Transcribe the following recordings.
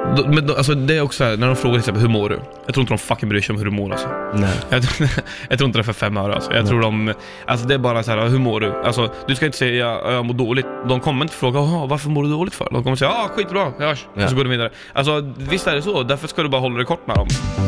Men alltså, det är också här, när de frågar till exempel hur mår du? Jag tror inte de fucking bryr sig om hur du mår alltså. Nej. Jag tror inte det är för 5 öre alltså. Jag tror de, alltså det är bara så här, hur mår du? Alltså du ska inte säga jag mår dåligt. De kommer inte fråga varför mår du dåligt för? De kommer säga skitbra, jag hörs. Och så går de vidare. Alltså visst är det så, därför ska du bara hålla det kort med dem.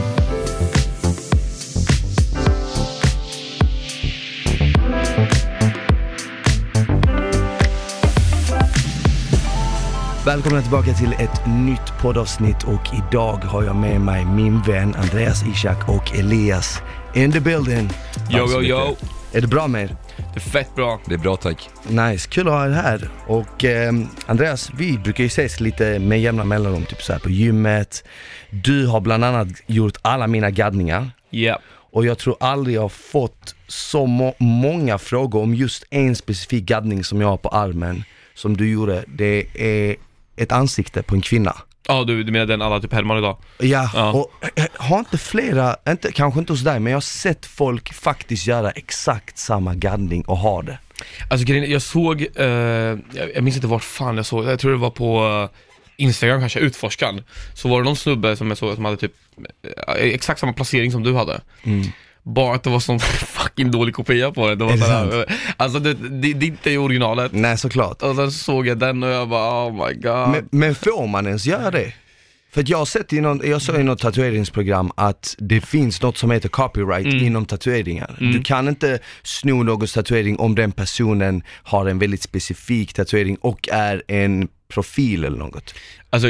Välkomna tillbaka till ett nytt poddavsnitt och idag har jag med mig min vän Andreas Ishak och Elias in the building. Yo. Är det bra med er? Det är fett bra. Det är bra, tack. Nice, kul att ha er här. Och Andreas, vi brukar ju ses lite med jämna mellanrum, typ så här på gymmet. Du har bland annat gjort alla mina gaddningar. Ja. Yeah. Och jag tror aldrig jag har fått så många frågor om just en specifik gaddning som jag har på armen som du gjorde. Det är ett ansikte på en kvinna. Ja, du menar den alla typ härmar idag? Ja, och har inte flera, kanske inte hos dig, men jag har sett folk faktiskt göra exakt samma gaddning och ha det. Alltså jag såg, jag minns inte vart fan jag såg, jag tror det var på Instagram kanske, Utforskan. Så var det någon snubbe som jag såg som hade typ exakt samma placering som du hade. Bara att det var sån fucking dålig kopia på det. Det var sådär, alltså det inte är originalet. Nej, såklart. Och sen såg jag den och jag bara, oh my god. Men får man ens göra det? För att jag har sett jag såg i något tatueringsprogram att det finns något som heter copyright inom tatueringar. Du kan inte sno någon tatuering om den personen har en väldigt specifik tatuering och är en profil eller något. Alltså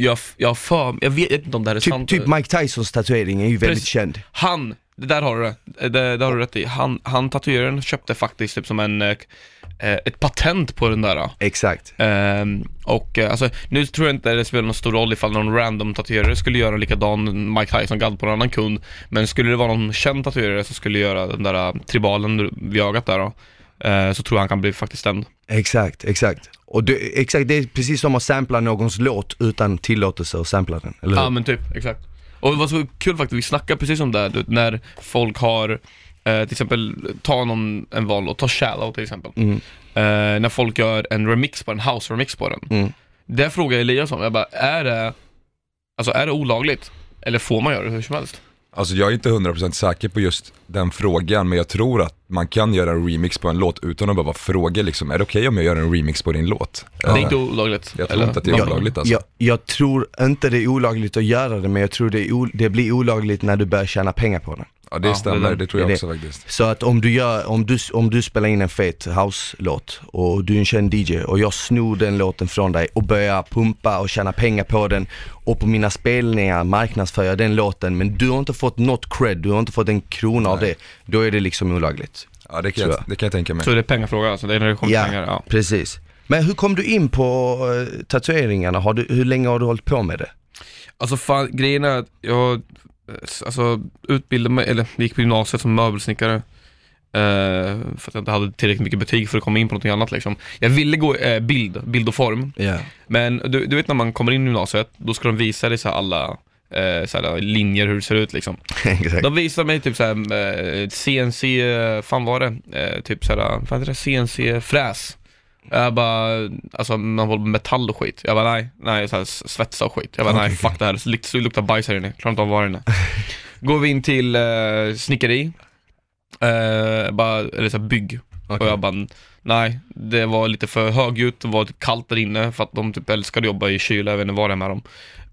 jag vet inte om det här är sant. Typ Mike Tysons tatuering är ju väldigt känd. Det där har du det har du rätt i. Han tatueraren köpte faktiskt typ som ett patent på den där. Exakt. Och alltså, nu tror jag inte det spelar någon stor roll ifall någon random tatuerare skulle göra likadan Mike Tyson gadd på en annan kund. Men skulle det vara någon känd tatuerare som skulle göra den där tribalen vi jagat där då, så tror jag han kan bli faktiskt stämd. Exakt. Och det är precis som att sampla någons låt utan tillåtelse att sampla den, eller hur? Ja, men typ, exakt. Och det var så kul faktiskt, vi snackar precis om det när folk har till exempel en val och ta Shallow till exempel. När folk gör en remix på en house remix på den. Där frågar Elias om, jag bara, är det olagligt? Eller får man göra det hur som helst? Alltså jag är inte 100% säker på just den frågan, men jag tror att man kan göra en remix på en låt utan att bara fråga liksom, är det okej om jag gör en remix på din låt? Det är inte olagligt. Jag tror inte att det är olagligt alltså. Jag tror inte det är olagligt att göra det, men jag tror det blir olagligt när du börjar tjäna pengar på den. Ja, det stämmer, det tror jag också faktiskt. Så att om du spelar in en fet house-låt och du är en känd DJ och jag snor den låten från dig och börjar pumpa och tjäna pengar på den och på mina spelningar marknadsför jag den låten, men du har inte fått något cred, du har inte fått en krona av det, då är det liksom olagligt. Ja, det kan jag tänka mig. Så det är pengafråga alltså, det är när det kommer pengar. Ja, precis. Men hur kom du in på tatueringarna? Hur länge har du hållit på med det? Alltså grejen är att jag utbildade mig, eller gick på gymnasiet som möbelsnickare för att jag inte hade tillräckligt mycket betyg för att komma in på något annat liksom. Jag ville gå bild och form. Men du vet när man kommer in i gymnasiet, då ska de visa dig så här alla så linjer hur det ser ut liksom. De visar mig typ så här CNC, fan var det? Typ så här, vad heter det? CNC fräs. Jag bara, alltså man håller metall och skit. Jag bara nej, så här svetsa och skit. Jag bara nej, fuck det här. Så luktar bajs här inne. Klarar inte av vad det är. Går vi in till snickeri, eller så här bygg. Och jag bara nej, det var lite för högljutt. Det var typ kallt där inne för att de typ älskade att jobba i kyla. Jag vet inte vad det är med dem.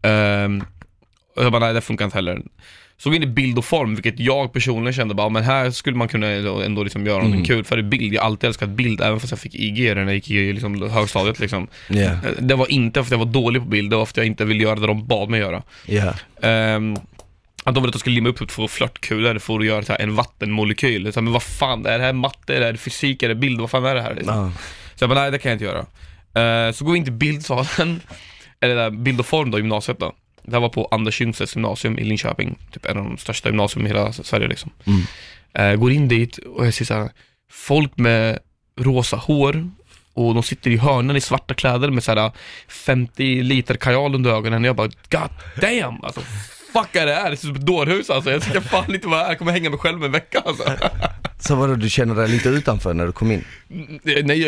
Och jag bara nej, det funkar inte heller. Så går in i bild och form, vilket jag personligen kände bara, men här skulle man kunna ändå liksom göra något kul. För det bild, jag har alltid älskat bild, även fast jag fick IG när jag gick i liksom högstadiet liksom. Det var inte för att jag var dålig på bild, det var för att jag inte ville göra det de bad mig göra. Att de ville att jag skulle limma upp två flörtkulor för att göra så här en vattenmolekyl. Så, men vad fan, är det här matte, är det bild, är det bild, vad fan är det här liksom? Så jag bara nej, det kan jag inte göra. Så går vi in till bildsalen, eller där, bild och form då, gymnasiet då. Det här var på Anders Jungsets gymnasium i Linköping, typ en av de största gymnasium i hela Sverige liksom. Går in dit och jag ser så här, folk med rosa hår och de sitter i hörnen i svarta kläder med så här 50 liter kajal under ögonen och jag bara god damn, alltså fuck är det här? Det ser ut som ett dårhus alltså. Jag ska fan inte vara här, jag kommer hänga mig själv en vecka alltså. Så var det du kände dig lite utanför när du kom in? Nej,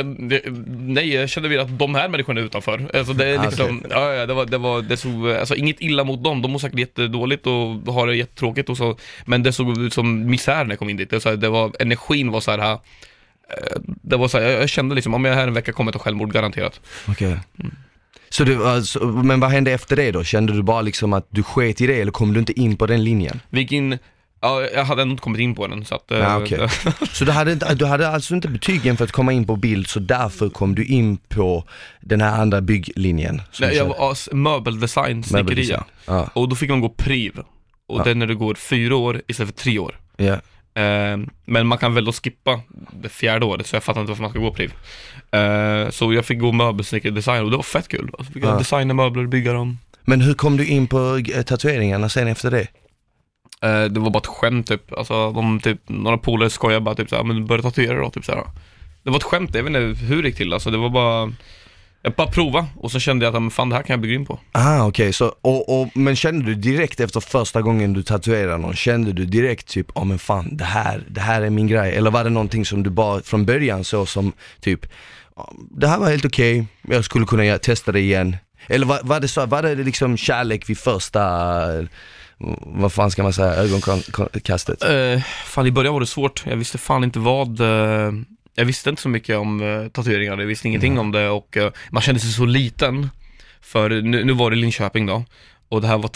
jag kände väl att de här människorna är utanför. Alltså det är liksom, det såg, alltså inget illa mot dem. De mår säkert jättedåligt och har det jättetråkigt och så, men det såg ut som misär när jag kom in dit. Det var energin var så här. Det var så här, jag kände liksom om jag är här en vecka kommer jag ta självmord garanterat. Okej. Så du, alltså, men vad hände efter det då? Kände du bara liksom att du sket i det eller kom du inte in på den linjen? Vi gick in. Ja, jag hade ändå inte kommit in på den så att, okay. Så du hade alltså inte betygen för att komma in på bild, så därför kom du in på den här andra bygglinjen? Nej, jag var möbeldesign, snickerier. Ja. Och då fick man gå priv. Och den när du går 4 år istället för 3 år. Ja. Men man kan väl då skippa det 4:e året, så jag fattar inte varför man ska gå priv. Så jag fick gå möbelsnickerdesign och det var fett kul. Alltså, fick jag designa möbler och bygga dem. Men hur kom du in på tatueringarna sen efter det? Det var bara ett skämt typ. Alltså några polare skojade bara typ såhär, men börja tatuera då typ såhär. Det var ett skämt, jag vet inte hur det gick till. Alltså det var bara, jag bara prova. Och så kände jag att fan, det här kan jag bygga in på. Okej. Så, men kände du direkt efter första gången du tatuerade någon, kände du direkt typ, men fan, det här är min grej? Eller var det någonting som du bara från början så som typ, det här var helt okej, jag skulle kunna testa det igen? Eller var det liksom kärlek vid första, vad fan ska man säga, ögonkastet? Fan, i början var det svårt. Jag visste fan inte jag visste inte så mycket om tatueringar. Jag visste ingenting om det. Och man kände sig så liten. För nu var det Linköping då. Och det här var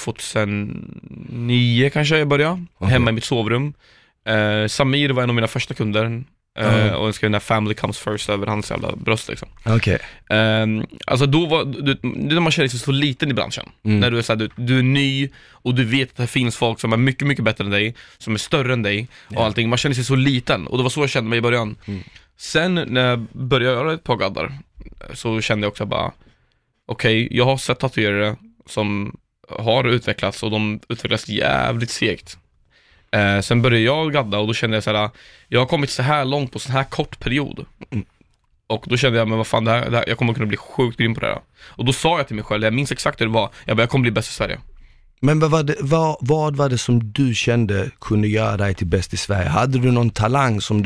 2009 kanske jag började. Hemma i mitt sovrum. Samir var en av mina första kunder. Och jag skrev den här family comes first över hans jävla bröst liksom. Okej. Alltså då var när man känner sig så liten i branschen. När du är så här, du är ny och du vet att det finns folk som är mycket, mycket bättre än dig, som är större än dig och allting. Man känner sig så liten och det var så jag kände mig i början. Sen när jag började göra ett par gaddar så kände jag också bara okej, jag har sett tatuerare som har utvecklats och de utvecklas jävligt segt. Sen började jag gadda och då kände jag så här, jag har kommit så här långt på så här kort period. Och då kände jag, men vad fan, det här, jag kommer kunna bli sjukt grym på det här. Och då sa jag till mig själv, jag minns exakt hur det var, jag kommer bli bäst i Sverige. Men vad var det som du kände kunde göra dig till bäst i Sverige? Hade du någon talang som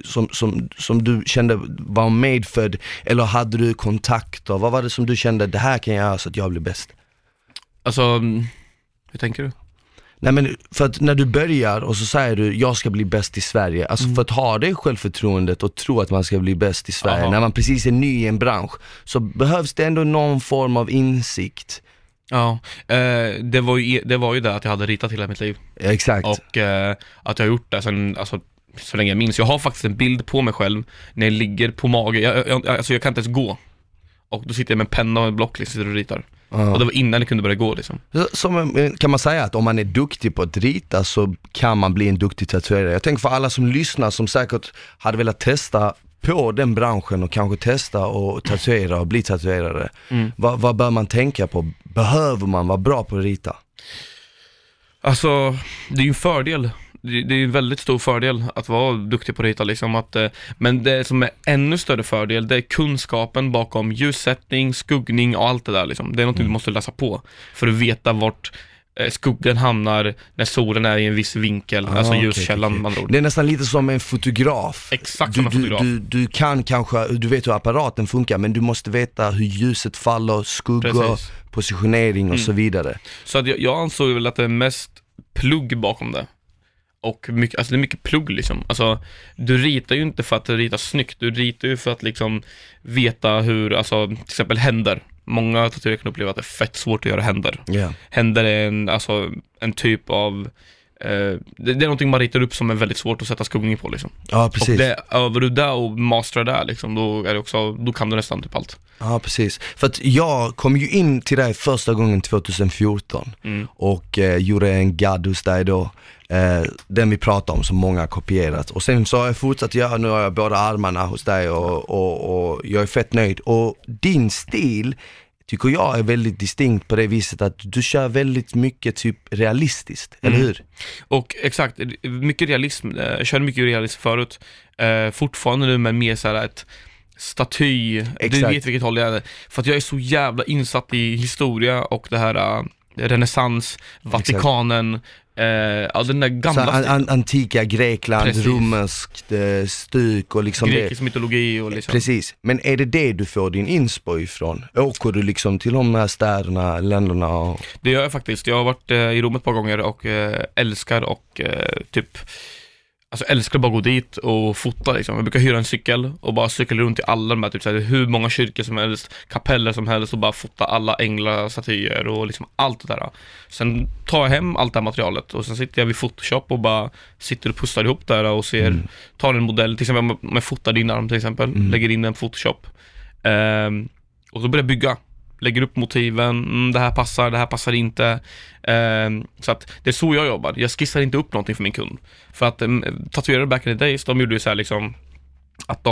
du kände var medfödd? Eller hade du kontakter? Vad var det som du kände, det här kan jag göra så att jag blir bäst? Alltså, hur tänker du? Nej, men för att när du börjar och så säger du, jag ska bli bäst i Sverige. Alltså för att ha det självförtroendet och tro att man ska bli bäst i Sverige. När man precis är ny i en bransch, så behövs det ändå någon form av insikt. Ja, det var ju det att jag hade ritat hela mitt liv. Exakt. Och att jag har gjort det sen, alltså, så länge jag minns. Jag har faktiskt en bild på mig själv när jag ligger på mage. Jag kan inte ens gå. Och då sitter jag med en penna och en block och ritar. Och det var innan jag kunde börja gå liksom. Kan man säga att om man är duktig på att rita så kan man bli en duktig tatuerare? Jag tänker för alla som lyssnar som säkert hade velat testa på den branschen och kanske testa och tatuera och bli tatuerare. Vad bör man tänka på? Behöver man vara bra på att rita? Alltså, det är ju en fördel. Det är en väldigt stor fördel att vara duktig på att rita liksom, men det som är ännu större fördel, det är kunskapen bakom ljussättning, skuggning och allt det där liksom. Det är något du måste läsa på för att veta vart skuggan hamnar när solen är i en viss vinkel, alltså ljuskällan man tror. Det är nästan lite som en fotograf. Exakt som en fotograf. Du kan kanske, du vet hur apparaten funkar, men du måste veta hur ljuset faller, skuggor, positionering och så vidare. Så att jag ansåg väl att det är mest plugg bakom det. Och mycket, alltså det är mycket plugg liksom. Alltså, du ritar ju inte för att rita snyggt. Du ritar ju för att liksom veta hur, alltså till exempel händer. Många tatuerare kan uppleva att det är fett svårt att göra händer. Händer är en typ av det är någonting man ritar upp som är väldigt svårt att sätta skuggning på liksom. Ja, precis. Och det, över du där och masterar där liksom, då kan du nästan typ allt. Ja, precis. För att jag kom ju in till dig första gången 2014 och gjorde en gadd hos dig då. Den vi pratar om som många har kopierat. Och sen så har jag fortsatt göra, nu har jag båda armarna hos dig och jag är fett nöjd. Och din stil tycker jag är väldigt distinkt på det viset att du kör väldigt mycket typ realistiskt, eller hur? Och exakt, mycket realism. Jag körde mycket realism förut. Fortfarande nu med mer så här ett staty. Exakt. Du vet vilket håll jag är. För att jag är så jävla insatt i historia och det här renässans, Vatikanen, den där gamla antika Grekland, Precis. romerskt stuk och liksom grekisk mytologi och liksom. Precis, men är det du får din inspo ifrån? Åker du liksom till de här städerna, länderna? Och... Det gör jag faktiskt. Jag har varit i Rom ett par gånger och älskar och typ älskar bara gå dit och fota liksom. Jag brukar hyra en cykel och bara cykla runt i alla de här, typ, så här, hur många kyrkor som helst, kapeller som helst och bara fota alla änglar, statyer och liksom allt det där. Sen tar jag hem allt det här materialet och sen sitter jag vid Photoshop och bara sitter och pussar ihop där och ser, tar en modell, till exempel om jag fotar din arm till exempel, lägger in en Photoshop och så börjar jag bygga. Lägger upp motiven, det här passar inte. Så att det är så jag jobbar. Jag skissar inte upp någonting för min kund. För att tatuerare back in the days, de gjorde ju så här liksom att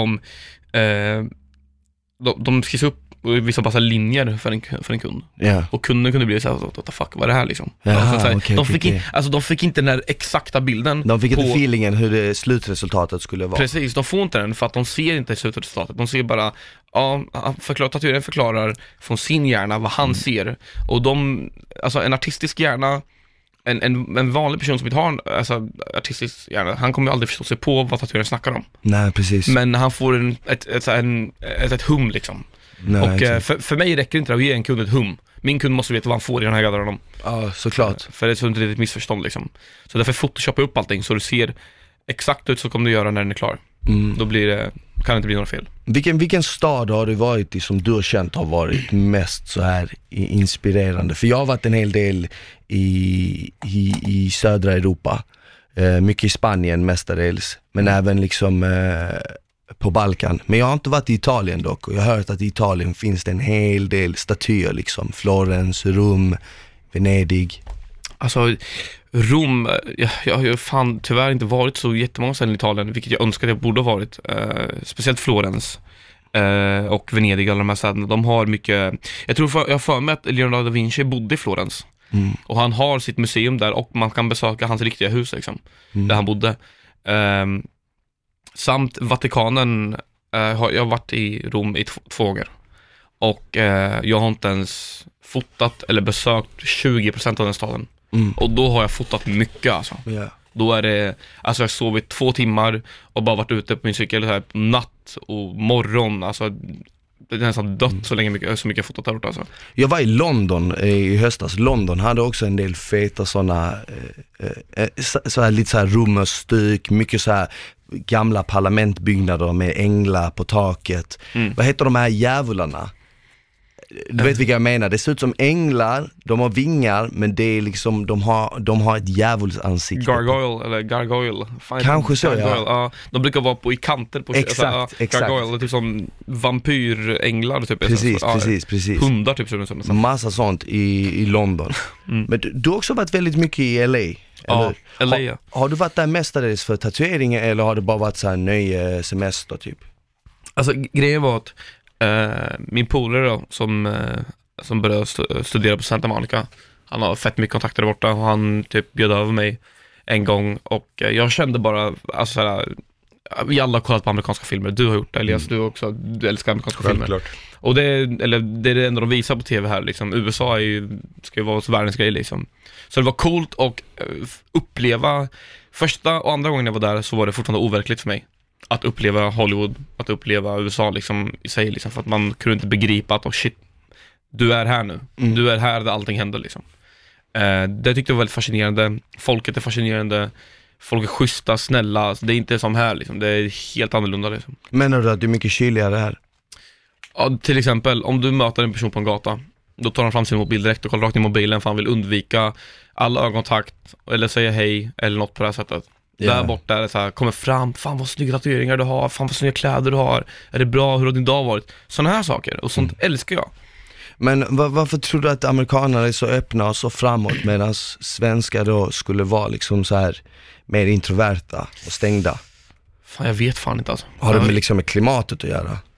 de skissar upp vissa passar linjer för en kund. Yeah. Och kunden kunde bli så här, what the fuck, vad är det här liksom? De fick inte den där exakta bilden. De fick inte feelingen hur det slutresultatet skulle vara. Precis, de får inte den för att de ser inte slutresultatet. De ser bara, tatueraren förklarar från sin hjärna vad han ser. Och en artistisk hjärna, en vanlig person som inte har en artistisk hjärna, han kommer ju aldrig förstå sig på vad tatueraren snackar om. Nej, precis. Men han får ett hum liksom. Nej, och för mig räcker det inte att ge en kund ett hum. Min kund måste veta vad han får i den här gadaren. Ja, såklart. För det är så inte ett missförstånd liksom. Så därför photoshopar jag upp allting så du ser exakt ut så kommer du göra när den är klar. Då kan det inte bli några fel. Vilken stad har du varit i som du har känt har varit mest så här inspirerande? För jag har varit en hel del i södra Europa. Mycket i Spanien mestadels. Men även liksom på Balkan. Men jag har inte varit i Italien dock. Och jag har hört att i Italien finns det en hel del statyer liksom. Florens, Rom, Venedig. Alltså Rom, jag har fan tyvärr inte varit så jättemånga ställen i Italien, vilket jag önskar att jag borde ha varit. Speciellt Florens och Venedig, alla de här städerna. De har mycket, jag har för mig att Leonardo da Vinci bodde i Florens. Och han har sitt museum där och man kan besöka hans riktiga hus liksom, där han bodde. Samt Vatikanen, jag har varit i Rom i 2 gånger. Och jag har inte ens fotat eller besökt 20% av den staden. Och då har jag fotat mycket alltså. Yeah. Då är det, alltså jag sovit 2 timmar och bara varit ute på min cykel så här, natt och morgon, alltså det är nästan dött så mycket jag fotat där borta alltså. Jag var i London i höstas. London hade också en del feta sådana så här, lite så här rummerstyck, mycket så här gamla parlamentbyggnader med änglar på taket. Vad heter de här djävularna? Du vet vilka jag menar. Det ser ut som änglar, de har vingar, men det är liksom, de har ett djävulsansikte. Gargoyle. Kanske så, gargoyle. Ja. De brukar vara på i kanter på exakt. Gargoyle, typ som vampyränglar typ. Precis. Hundar typ så. Massa sånt i London. Men du har också varit väldigt mycket i LA. Ja, LA. Har du varit där mestadels för tatueringar eller har det bara varit så här nöje semester typ? Alltså grejen var att min polare då, som började studera på Santa Monica, han har fett mycket kontakter där borta och han typ bjöd över mig en gång och jag kände bara, alltså såhär, vi alla har kollat på amerikanska filmer, du har gjort det Elias, du också, du älskar amerikanska filmer. Och det är det enda de visar på tv här liksom. USA ska ju vara världens grej liksom. Så det var coolt och uppleva, första och andra gången jag var där så var det fortfarande overkligt för mig att uppleva Hollywood, att uppleva USA liksom i sig liksom, för att man kunde inte begripa att shit, du är här nu. Du är här där allting händer liksom. Det tyckte jag var väldigt fascinerande. Folket är fascinerande. Folk är schyssta, snälla. Det är inte som här liksom. Det är helt annorlunda liksom. Menar du att det är mycket kyligare här? Ja, till exempel om du möter en person på en gata, då tar han fram sin mobil direkt och kollar rakt i mobilen för han vill undvika all ögonkontakt eller säga hej eller något på det här sättet. Där borta är det så här, kommer fram, fan vad snygga tatueringar du har, fan vad snygga kläder du har, är det bra, hur har din dag varit? Sådana här saker, och sånt älskar jag. Men varför tror du att amerikaner är så öppna och så framåt medan svenskar då skulle vara liksom så här mer introverta och stängda? Fan, jag vet fan inte alltså. Har det med klimatet att göra?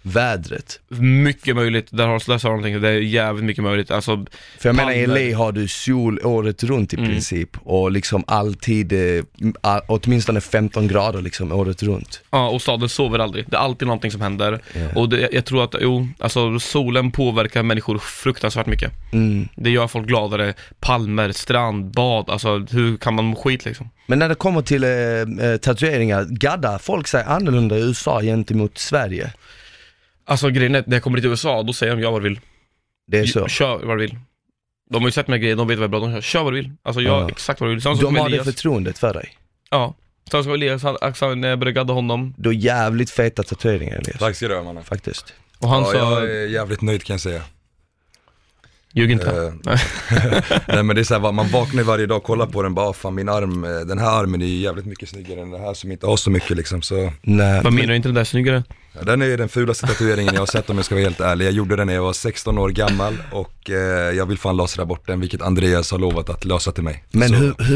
vädret. Mycket möjligt, där sa någonting, det är jävligt mycket möjligt. Alltså, För jag menar i LA har du sol året runt i princip och liksom alltid åtminstone 15 grader liksom året runt. Ja, och staden sover aldrig. Det är alltid någonting som händer. Och jag tror att alltså, solen påverkar människor fruktansvärt mycket. Det gör folk gladare. Palmer, strand, bad, alltså hur kan man må skit liksom? Men när det kommer till tatueringar, gaddar folk sig annorlunda i USA gentemot Sverige? Alltså grejen är, när jag kommer till USA, då säger de jag vad du vill. Det är så. Kör vad du vill. De har ju sett mig grejer, de vet vad är bra, de kör vad du vill. Alltså jag exakt vad du vill. De har det förtroendet för dig. Ja. Så ska Elias, när jag började gadda honom. Du har jävligt feta tatueringar, Elias. Tack ska du ha, mannen. Faktiskt. Och han sa... Jag är jävligt nöjd kan jag säga. Ljug inte. Nej men det är så här, man vaknar varje dag och kollar på den, bara fan min arm, den här armen är jävligt mycket snyggare än den här som inte har så mycket liksom, så. Nej. Vad menar du, inte den där snyggare? Ja, den är den fulaste tatueringen jag har sett om jag ska vara helt ärlig. Jag gjorde den när jag var 16 år gammal och jag vill fan lasra bort den, vilket Andreas har lovat att lösa till mig. Men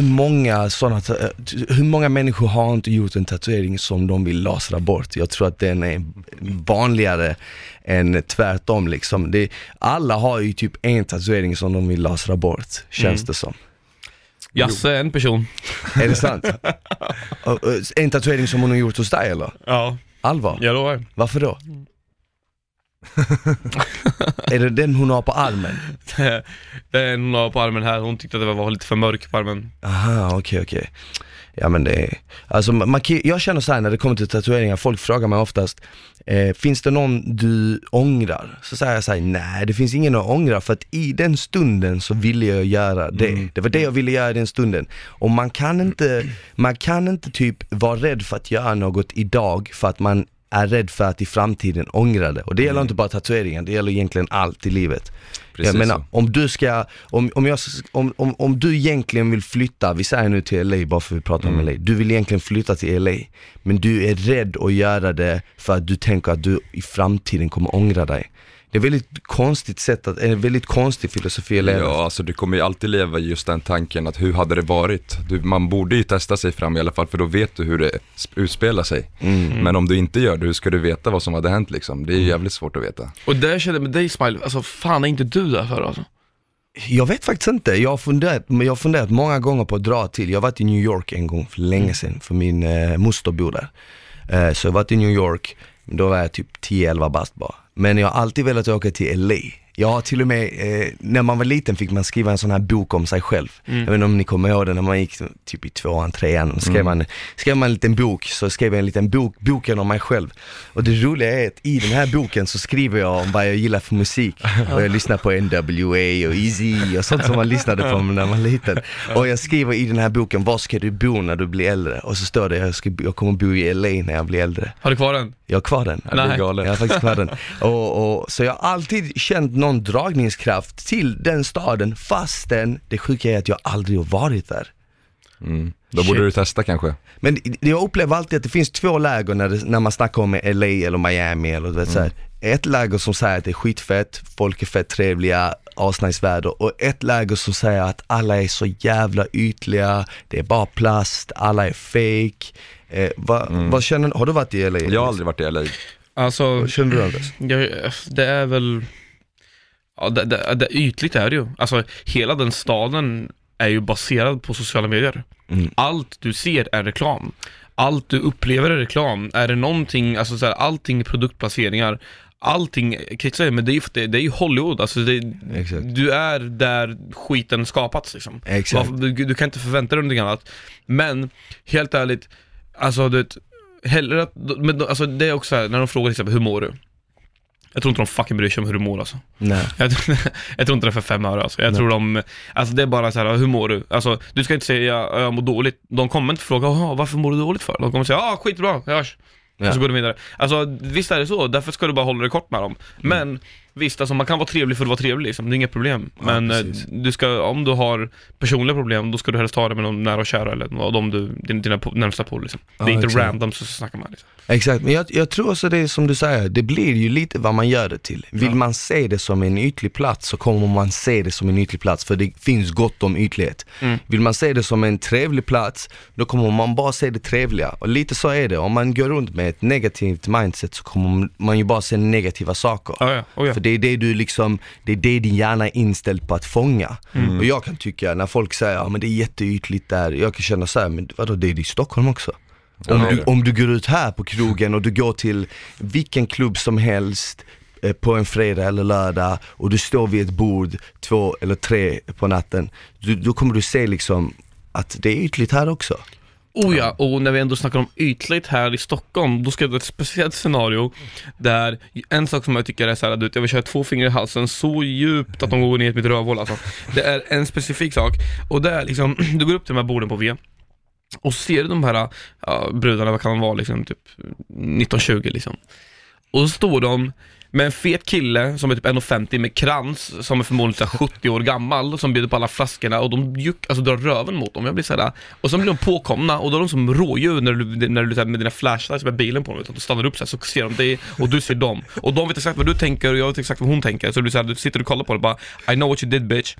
hur många människor har inte gjort en tatuering som de vill lasra bort? Jag tror att den är vanligare än tvärtom liksom. Alla har ju typ en tatuering som de vill lasra bort, känns det som. Jasse, en person. Är det sant? En tatuering som hon har gjort hos dig eller? Ja. Allvar? Jag lovar. Varför då? Är det den hon har på armen? Det är hon har på armen här. Hon tyckte att det var lite för mörk på armen. Aha, okej. Ja men det är... Alltså jag känner så här när det kommer till tatueringar, folk frågar mig oftast finns det någon du ångrar? Så säger jag så här, nej det finns ingen att ångra, för att i den stunden så ville jag göra det. Det var det jag ville göra i den stunden. Och man kan inte typ vara rädd för att göra något idag för att man är rädd för att i framtiden ångra det. Och det gäller inte bara tatueringen, det gäller egentligen allt i livet. Precis, jag menar, om du egentligen vill flytta, vi säger nu till LA bara för att vi pratar om LA, du vill egentligen flytta till LA, men du är rädd att göra det för att du tänker att du i framtiden kommer ångra dig. Det är väldigt konstigt sätt en väldigt konstig filosofi att leva. Ja, alltså du kommer ju alltid leva just den tanken att hur hade det varit? Man borde ju testa sig fram i alla fall, för då vet du hur det utspelar sig. Men om du inte gör det, hur ska du veta vad som hade hänt liksom? Det är jävligt svårt att veta. Och där kände jag med dig, Smile, alltså fan är inte du där för alltså? Jag vet faktiskt inte. Jag har funderat många gånger på att dra till. Jag har varit i New York en gång för länge sedan, för min moster bor där. Så jag har varit i New York, då var jag typ 10-11 bast bara. Men jag har alltid velat åka till LA. Jag har till och med, när man var liten fick man skriva en sån här bok om sig själv. Jag vet inte om ni kommer ihåg det, när man gick typ i 2an, 3an, skrev man en liten bok, så skrev jag en liten boken om mig själv. Och det roliga är att i den här boken så skriver jag om vad jag gillar för musik. Och jag lyssnar på NWA och Easy och sånt som man lyssnade på när man var liten. Och jag skriver i den här boken, var ska du bo när du blir äldre? Och så står det, jag kommer bo i LA när jag blir äldre. Har du kvar den? Jag har kvar den. Nej. Jag har faktiskt kvar den. Så jag har alltid känt någon dragningskraft till den staden, fastän det sjuka är att jag aldrig har varit där. Då borde du testa kanske. Men jag upplever alltid att det finns två läger när man snackar om LA eller Miami eller du vet, så här. Ett läger som säger att det är skitfett, folk är fett trevliga, asnice väder, och ett läger som säger att alla är så jävla ytliga, det är bara plast, alla är fake. Vad känner, har du varit i LA? Jag har aldrig varit i LA. Alltså, vad känner du, Anders? Det är väl... Ja, det ytligt är det ju. Alltså, hela den staden är ju baserad på sociala medier. Allt du ser är reklam. Allt du upplever är reklam. Är det någonting, alltså så här, allting är produktplaceringar. Allting kretsar, men det är ju Hollywood. Alltså du är där skiten skapats liksom. Du kan inte förvänta dig någonting annat. Men helt ärligt, alltså hellre att, men alltså det är också här, när de frågar till exempel, hur mår du? Jag tror inte de fucking bryr sig om hur du mår alltså. Nej. Jag tror inte det är för 5 öre alltså. Jag tror alltså det är bara så här, hur mår du? Alltså du ska inte säga jag mår dåligt. De kommer inte fråga, varför mår du dåligt för? De kommer säga, skitbra, jag hörs. Och så går du vidare. Alltså visst är det så, därför ska du bara hålla det kort med dem. Men visst, alltså man kan vara trevlig för att vara trevlig liksom. Det är inget problem. Ja, Men precis. om du har personliga problem, då ska du helst ta det med någon nära och kära eller dina närmsta på liksom. Det är inte exakt. random så snackar man liksom. Exakt, men jag tror också det är som du säger, det blir ju lite vad man gör det till. Vill man se det som en ytlig plats så kommer man se det som en ytlig plats, för det finns gott om ytlighet. Vill man se det som en trevlig plats, då kommer man bara se det trevliga. Och lite så är det, om man går runt med ett negativt mindset så kommer man ju bara se negativa saker. Ja. För det är det du liksom, det är det din hjärna är inställd på att fånga. Och jag kan tycka, när folk säger ja men det är jätteytligt där, jag kan känna så här, men vadå, det är i Stockholm också. Om du går ut här på krogen och du går till vilken klubb som helst på en fredag eller lördag och du står vid ett bord 2 eller 3 på natten, då kommer du se liksom att det är ytligt här också. Oh ja, och när vi ändå snackar om ytligt här i Stockholm, då ska det ett speciellt scenario där en sak som jag tycker är så här, jag vill köra 2 fingrar i halsen så djupt att de går ner i mitt rövhål alltså. Det är en specifik sak, och det är liksom, du går upp till de här borden på V och ser de här brudarna, vad kan de vara liksom, typ 19-20 liksom. Och så står de med en fet kille som är typ 1,50 med krans som är förmodligen 70 år gammal som bjuder på alla flaskorna, och de drar röven mot dem. Jag blir såhär, och så blir de påkomna och då är de som rådjur när du med dina flashlights med bilen på dem, utan du stannar upp så ser de dig och du ser dem, och de vet exakt vad du tänker och jag vet exakt vad hon tänker, så det blir såhär, du sitter och kollar på det bara, I know what you did bitch.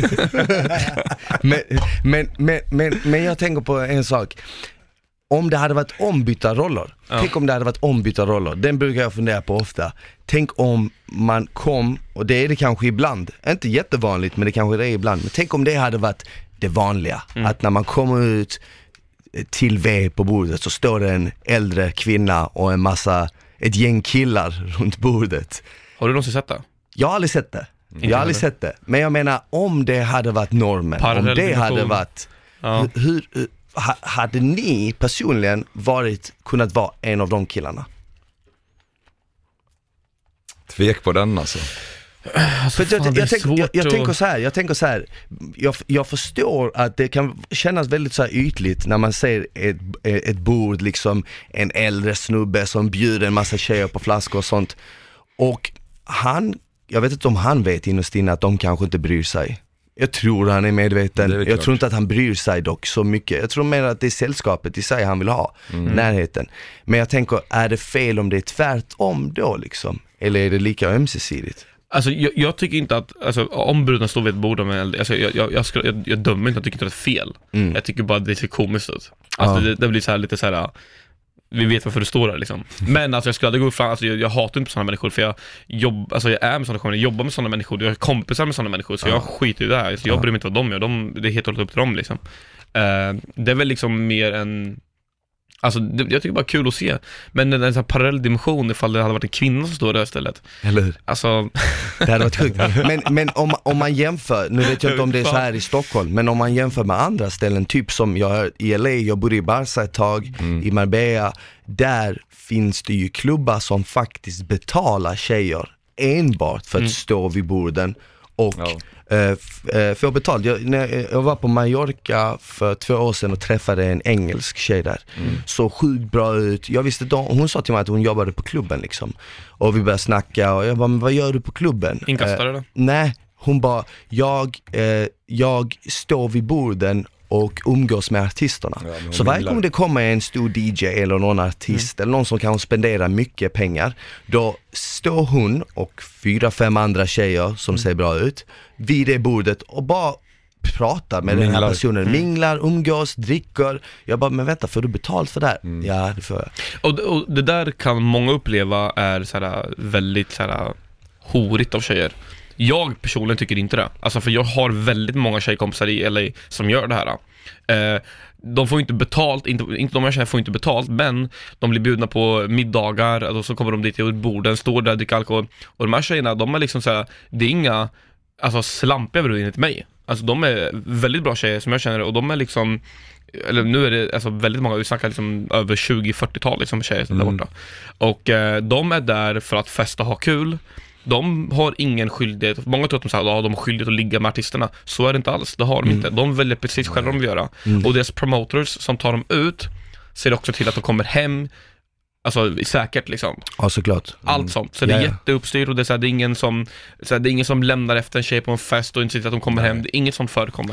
men jag tänker på en sak. Om det hade varit ombytta roller, tänk om det hade varit ombytta roller, den brukar jag fundera på ofta. Tänk om man kom, och det är det kanske ibland, inte jättevanligt men det kanske det är ibland, men tänk om det hade varit det vanliga, att när man kommer ut till V på bordet så står det en äldre kvinna och ett gäng killar runt bordet. Har du någonsin sett det? Jag har aldrig sett det. Men jag menar, om det hade varit normen, om det hade varit hur hade ni personligen kunnat vara en av de killarna? Tvek på den alltså. För jag tänker så här, jag förstår att det kan kännas väldigt så här ytligt när man ser ett bord, liksom en äldre snubbe som bjuder en massa tjejer på flaskor och sånt, och jag vet inte om han vet innerst inne att de kanske inte bryr sig. Jag tror han är medveten. Jag tror inte att han bryr sig dock så mycket. Jag tror mer att det är sällskapet i sig han vill ha, närheten. Men jag tänker, är det fel om det är tvärtom då liksom? Eller är det lika ömsesidigt? Alltså jag tycker inte att, alltså, om bruden står vid ett bord med äldre, alltså, jag dömer inte, jag tycker inte att det är fel. Jag tycker bara att det ser komiskt ut. Alltså det blir så här, lite så här, vi vet varför du står där liksom. Men alltså jag skulle aldrig gå fram, alltså, jag hatar inte sådana människor, för jag är med sådana människor, jag jobbar med sådana människor, jag är kompisar med sådana människor, så jag skiter i det här, så jag bryr mig inte vad de gör, det är helt och hållet upp till dem liksom. Det är väl liksom mer en, alltså jag tycker bara kul att se. Men en sån här parallell dimension ifall det hade varit en kvinna som står där istället. Eller hur? Alltså det hade varit sjukt. Men om man jämför, nu vet jag inte om det är så här i Stockholm, men om man jämför med andra ställen, typ som i LA, jag bodde i Barca ett tag, i Marbella, där finns det ju klubbar som faktiskt betalar tjejer enbart för att stå vid borden och få betalt. Jag var på Mallorca för 2 år sedan och träffade en engelsk tjej där. Så sjukt bra ut. Jag visste hon sa till mig att hon jobbade på klubben liksom. Och vi började snacka och jag bara, men vad gör du på klubben? Inkastare då? Nej, hon bara, jag står vid borden och umgås med artisterna. Så varje gång det kommer en stor DJ eller någon artist eller någon som kan spendera mycket pengar, då står hon och 4-5 andra tjejer som ser bra ut vid det bordet och bara pratar med den här personen, minglar, umgås, dricker. Jag bara, men vänta, får du betalt för det här? Ja, det får jag. Och det där kan många uppleva är såhär, väldigt såhär, horigt av tjejer. Jag personligen tycker inte det. Alltså, för jag har väldigt många tjejkompisar i LA som gör det här. De får inte betalt, inte de här tjejerna får inte betalt, men de blir bjudna på middagar, och så kommer de dit till borden, står där, dricker alkohol. Och de här tjejerna, de är liksom såhär, det är inga slampiga brud enligt mig. Alltså de är väldigt bra tjejer som jag känner, och de är liksom, eller nu är det alltså väldigt många, vi snackar liksom över 20-40-tal liksom tjejer där borta. Och de är där för att festa och ha kul. De har ingen skyldighet. Många tror att de säger att de har skyldighet att ligga med artisterna. Så är det inte alls, det har de inte. De väljer precis själva de vill göra. Och deras promoters som tar dem ut ser också till att de kommer hem alltså säkert liksom. Ja, såklart. Allt sånt. Så det är jätteuppstyrt och det är, så här, det är ingen som så här, det är ingen som lämnar efter en tjej på en fest och inte sitter att de kommer hem. Det är inget sånt förekommer.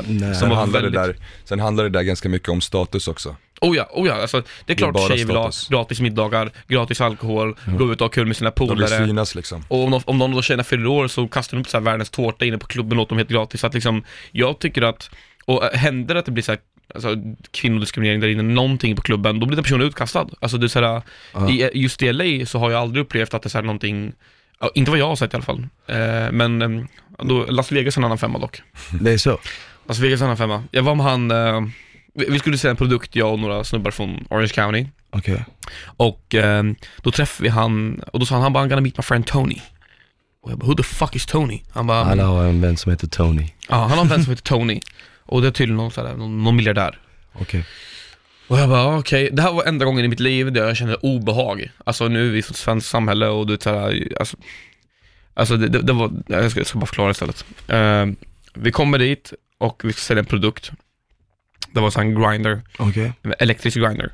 Sen handlar det där ganska mycket om status också. Oh ja, alltså, det är klart tjejer vill ha gratis middagar, gratis alkohol, gå ut och ha kul med sina polare. De vill synas liksom. Och om någon då tjejerna fyller år så kastar de upp så här världens tårta inne på klubben och låter dem helt gratis. Så att liksom, jag tycker att, och händer att det blir så här, alltså, kvinnodiskriminering där inne, någonting på klubben, då blir den personen utkastad. Alltså det är så här, just i LA så har jag aldrig upplevt att det är så här någonting, inte vad jag har sett i alla fall. Men då, Las Vegas är en annan femma dock. Det är så? Las Vegas är en annan femma. Jag var med han... vi skulle se en produkt, jag och några snubbar från Orange County. Okay. Och då träffade vi han, och då sa han bara, I'm gonna meet my friend Tony. Och jag bara, who the fuck is Tony? Han bara, han har en vän som heter Tony. Ja, han har en vän som heter Tony. Och det är tydligen någon miljardär. Okej. Och jag bara, okej. Det här var enda gången i mitt liv där jag kände obehag. Alltså nu är vi i ett svenskt samhälle och du vet såhär, alltså det var, jag ska bara förklara istället. Vi kommer dit och vi ska sälja en produkt. Det var så en grinder, elektrisk grinder.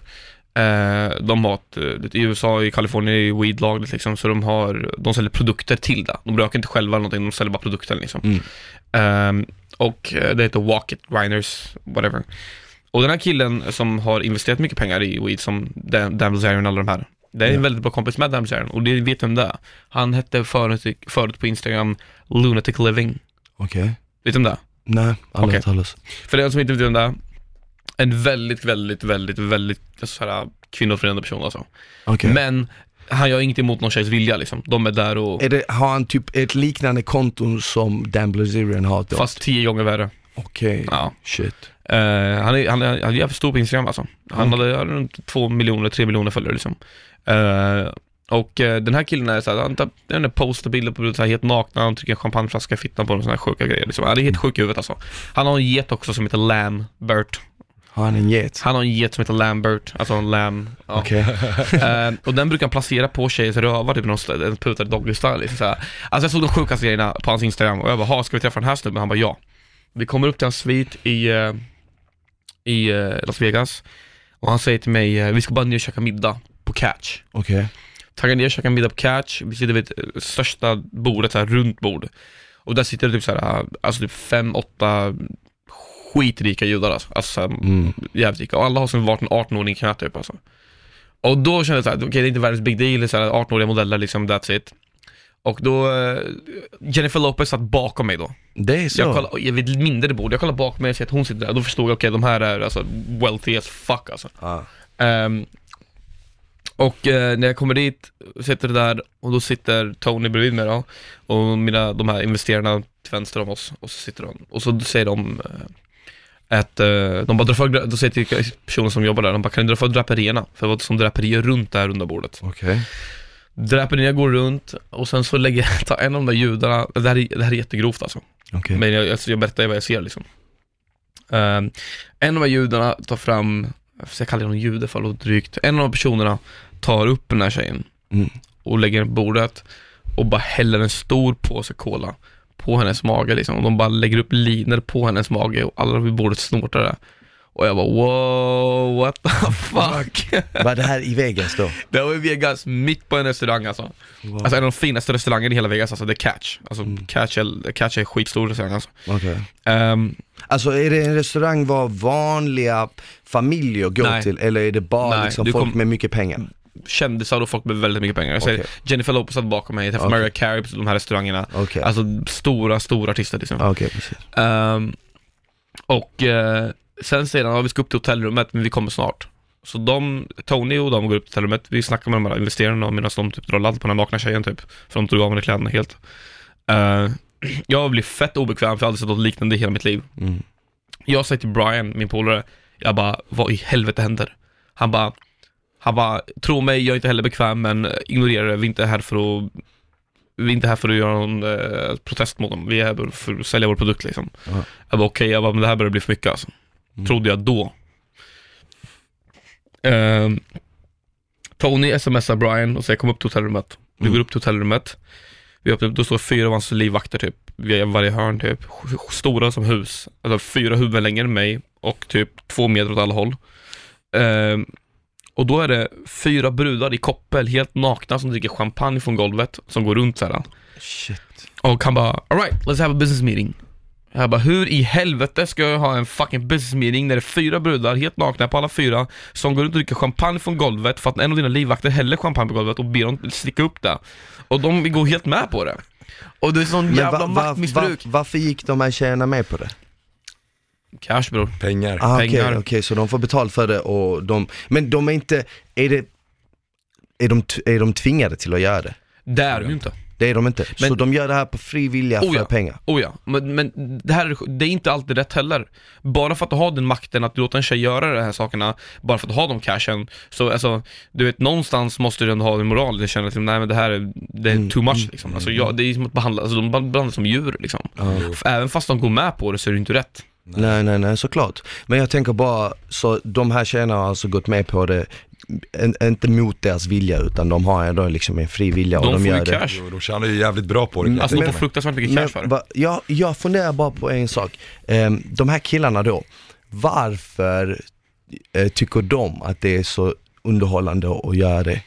De har i USA, i Kalifornien i weed-lagligt liksom, så de säljer produkter till det. De röker inte själva någonting, de säljer bara produkter liksom. Och det heter Walk It Grinders, whatever. Och den här killen som har investerat mycket pengar i weed, som Dan Bilzerian och alla de här, det är en väldigt bra kompis med Dan Bilzerian, och det vet vem det är. Han hette förut på Instagram Lunatic Living. Okej. Vet du om det? Nej, aldrig talas. För den som inte vet om det, en väldigt så här kvinnoförenande person alltså. Men han gör inget emot någon tjejs vilja liksom. De är där och... Har han typ ett liknande konto som Dan Bilzerian har då? Fast 10 gånger värre. Okej, shit. Han är jävligt stor på Instagram alltså. Han hade runt 2 miljoner, 3 miljoner följare liksom. Och den här killen är såhär, han postar bilder på så här, helt nakna, han trycker en champagneflaska i fittan på dem, såna här sjuka grejer liksom. Han är helt sjuk i huvudet alltså. Han har en get också som heter Lambert. Har han en get? Han har en get som heter Lambert, alltså en lamb. Ja. Okej. Och den brukar han placera på tjejers rövar, typ en putad doggy-style liksom, så här. Alltså jag såg de sjukaste grejerna på hans Instagram och jag bara, ska vi träffa den här snubben? Han bara, ja. Vi kommer upp till hans svit i Las Vegas och han säger till mig, vi ska bara ner och käka middag på Catch. Okej. Taggar ner och käka middag på Catch. Vi sitter vid största bordet, så här runt bord. Och där sitter det typ så här, alltså typ 5-8 skitrika judar alltså jävligt rika. Och alla har som varit en 18-åring knät typ alltså. Och då kände jag såhär, okej, det är inte världens big deal, så här 18-åriga modeller liksom, that's it. Och då Jennifer Lopez satt bakom mig då. Det är så. Jag vid mindre bord, jag kollade bakom mig och ser att hon sitter där. Och då förstod jag, okej, de här är alltså wealthy as fuck alltså. Och när jag kommer dit, sitter det där, och då sitter Tony bredvid mig då, och de här investerarna till vänster om oss, och så sitter de, och så säger de att de bara drar för, då säger till personen som jobbar där, de bara, kan ni dra för draperierna? För det var som draperier runt det här runda bordet. Okej. Draperierna går runt, och sen så tar en av de där judarna, det här är jättegrovt alltså. Men jag berättar vad jag ser liksom. En av de här judarna tar fram, jag kallar honom jude för att drygt. En av personerna tar upp den här tjejen och lägger på bordet och bara häller en stor påse cola på hennes mage liksom. Och de bara lägger upp liner på hennes mage och alla vid bordet snortar det. Och jag bara, wow, what the fuck? Var det här i Vegas då? Det var i Vegas, mitt på en restaurang alltså. Wow. Alltså en av de finaste restaurangerna i hela Vegas, alltså det är Catch. Alltså Catch är en skitstor restaurang alltså. Alltså är det en restaurang var vanliga familjer går till, eller är det bara liksom folk med mycket pengar? Kändisar och folk med väldigt mycket pengar. Jag säger, Jennifer Lopez satt bakom mig, träffade Mariah Carey på de här restaurangerna. Alltså stora artister liksom. Precis. Och sen sedan, vi ska upp till hotellrummet, men vi kommer snart. Så Tony och de går upp till hotellrummet. Vi snackar med de här investerarna medan de typ drar ladd på den här nakna tjejen typ. För de tog av med kläderna helt. Jag blir fett obekväm, för jag har aldrig sett något liknande i hela mitt liv. Jag säger till Brian, min polare, jag bara, vad i helvete händer? Han bara, tro mig, jag är inte heller bekväm, men ignorera det, vi är inte här för att göra någon protest mot dem. Vi är här för att sälja vår produkt liksom. Jag bara, okej, men det här börjar bli för mycket alltså. Trodde jag då. Tony smsar Brian och säger, kom upp till hotellrummet. Vi går upp till hotellrummet. Då står 4 av hans livvakter typ vid varje hörn typ, stora som hus, alltså 4 huvuden längre än mig och typ 2 meter åt alla håll. Och då är det 4 brudar i koppel, helt nakna, som dricker champagne från golvet, som går runt så här. Shit. Och han bara, all right, let's have a business meeting. Jag bara, hur i helvete ska jag ha en fucking business meeting när det är 4 brudar, helt nakna på alla 4, som går runt och dricker champagne från golvet för att en av dina livvakter häller champagne på golvet och ber dem slicka upp det. Och de går helt med på det. Och det är sån jävla maktmissbruk. Varför gick de här tjejerna med på det? Cash, bror. Pengar. Pengar. Okej, så de får betalt för det och men de är inte, är de tvingade till att göra det? Det är de ju inte. Det är de inte. Men, så de gör det här på fri vilja för pengar. Men det är inte alltid rätt heller. Bara för att du har den makten att du låter en tjej göra de här sakerna, bara för att du har de cashen, så alltså, du vet, någonstans måste du ändå ha en moral. Det känner liksom, nej men det är too much liksom. Alltså, det är som att behandla, alltså, de behandlas som djur liksom. Även fast de går med på det så är det inte rätt. Nej, såklart. Men jag tänker bara, så de här tjejerna har alltså gått med på det, inte mot deras vilja, utan de har ändå liksom en fri vilja och de gör det. Cash. De tjänar ju jävligt bra på det. Alltså de får fruktansvärt mycket cash för det. Jag funderar bara på en sak. De här killarna då, varför tycker de att det är så underhållande att göra det?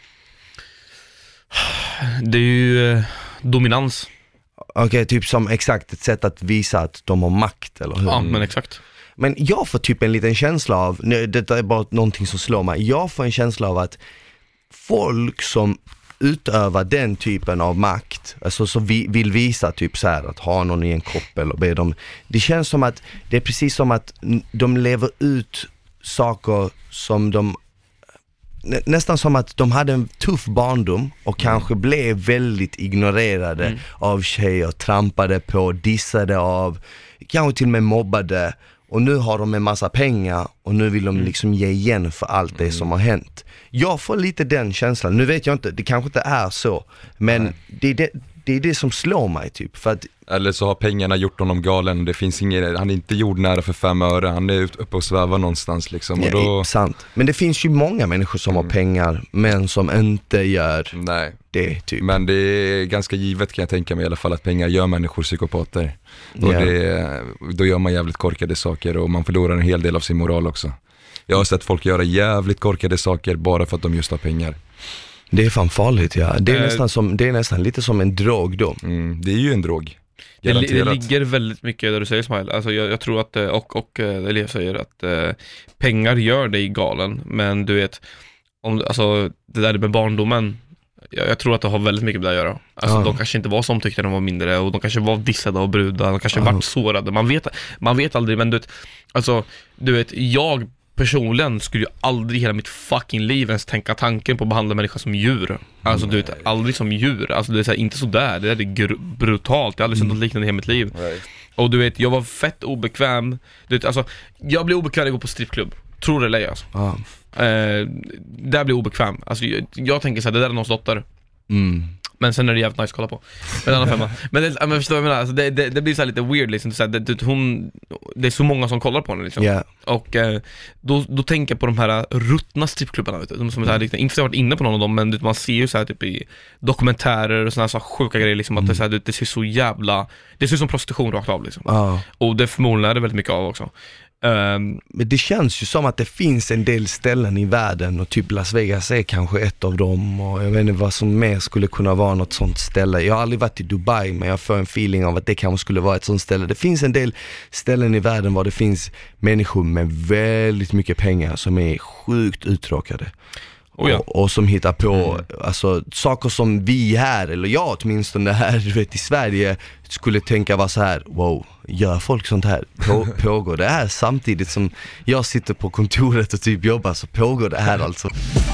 Det är ju dominans. Okej, typ som exakt ett sätt att visa att de har makt, eller hur? Ja, men exakt. Men jag får typ en liten känsla av, detta är bara någonting som slår mig, jag får en känsla av att folk som utövar den typen av makt, alltså så vill visa typ så här, att ha någon i en koppel och be dem, det känns som att det är precis som att de lever ut saker som de, nästan som att de hade en tuff barndom och kanske blev väldigt ignorerade av tjejer, trampade på, dissade av, kanske till och med mobbade. Och nu har de en massa pengar och nu vill de liksom ge igen för allt det som har hänt. Jag får lite den känslan. Nu vet jag inte, det kanske inte är så. Men det är det som slår mig typ. För att, eller så har pengarna gjort honom galen. Det finns ingen, han är inte jordnära för 5 öre. Han är uppe och svävar någonstans liksom. Och då... sant. Men det finns ju många människor som har pengar, men som inte gör det typ. Men det är ganska givet, kan jag tänka mig i alla fall, att pengar gör människor psykopater. Och då gör man jävligt korkade saker och man förlorar en hel del av sin moral också. Jag har sett folk göra jävligt korkade saker bara för att de just har pengar. Det är fan farligt, ja. Det är nästan lite som en drog då. Det är ju en drog. Det ligger väldigt mycket där du säger, Smile. Alltså jag tror att, och Elias säger att pengar gör dig galen. Men du vet, alltså det där med barndomen, jag tror att det har väldigt mycket med det att göra. Alltså de kanske inte var som tyckte de var mindre, och de kanske var dissade av brudar, de kanske var sårade. Man vet aldrig, men du vet, jag personligen skulle ju aldrig i hela mitt fucking liv ens tänka tanken på att behandla människor som djur. Alltså du vet, aldrig som djur. Alltså det är så här, inte så där. Det är brutalt. Jag har aldrig sett något liknande i hela mitt liv. Och du vet, jag var fett obekväm. Du vet, alltså, jag blir obekväm när jag går på strippklubb. Tror det eller ej, alltså. Där blir jag obekväm. Alltså jag tänker så här, det där är någons dotter. Men sen är det jävligt nice att kolla på. Men förstår jag menar, alltså det blir så här lite weird liksom, så här, det är så många som kollar på henne liksom. Och då tänker jag på de här ruttna strippklubbarna, vet du, de som är så här, inte för att jag har varit inne på någon av dem, men man ser ju så här typ i dokumentärer och såna här så sjuka grejer liksom, att det, så här, det ser så jävla, det ser som prostitution rakt av liksom. Och det förmodligen är det väldigt mycket av också. Men det känns ju som att det finns en del ställen i världen, och typ Las Vegas är kanske ett av dem, och jag vet inte vad som mer skulle kunna vara något sånt ställe. Jag har aldrig varit i Dubai, men jag får en feeling av att det kanske skulle vara ett sånt ställe. Det finns en del ställen i världen var det finns människor med väldigt mycket pengar som är sjukt uttråkade. Och som hittar på alltså, saker som vi här, eller jag åtminstone här, du vet, i Sverige skulle tänka vara så här: wow, gör folk sånt här? Pågår det här samtidigt som jag sitter på kontoret och typ jobbar, så pågår det här alltså.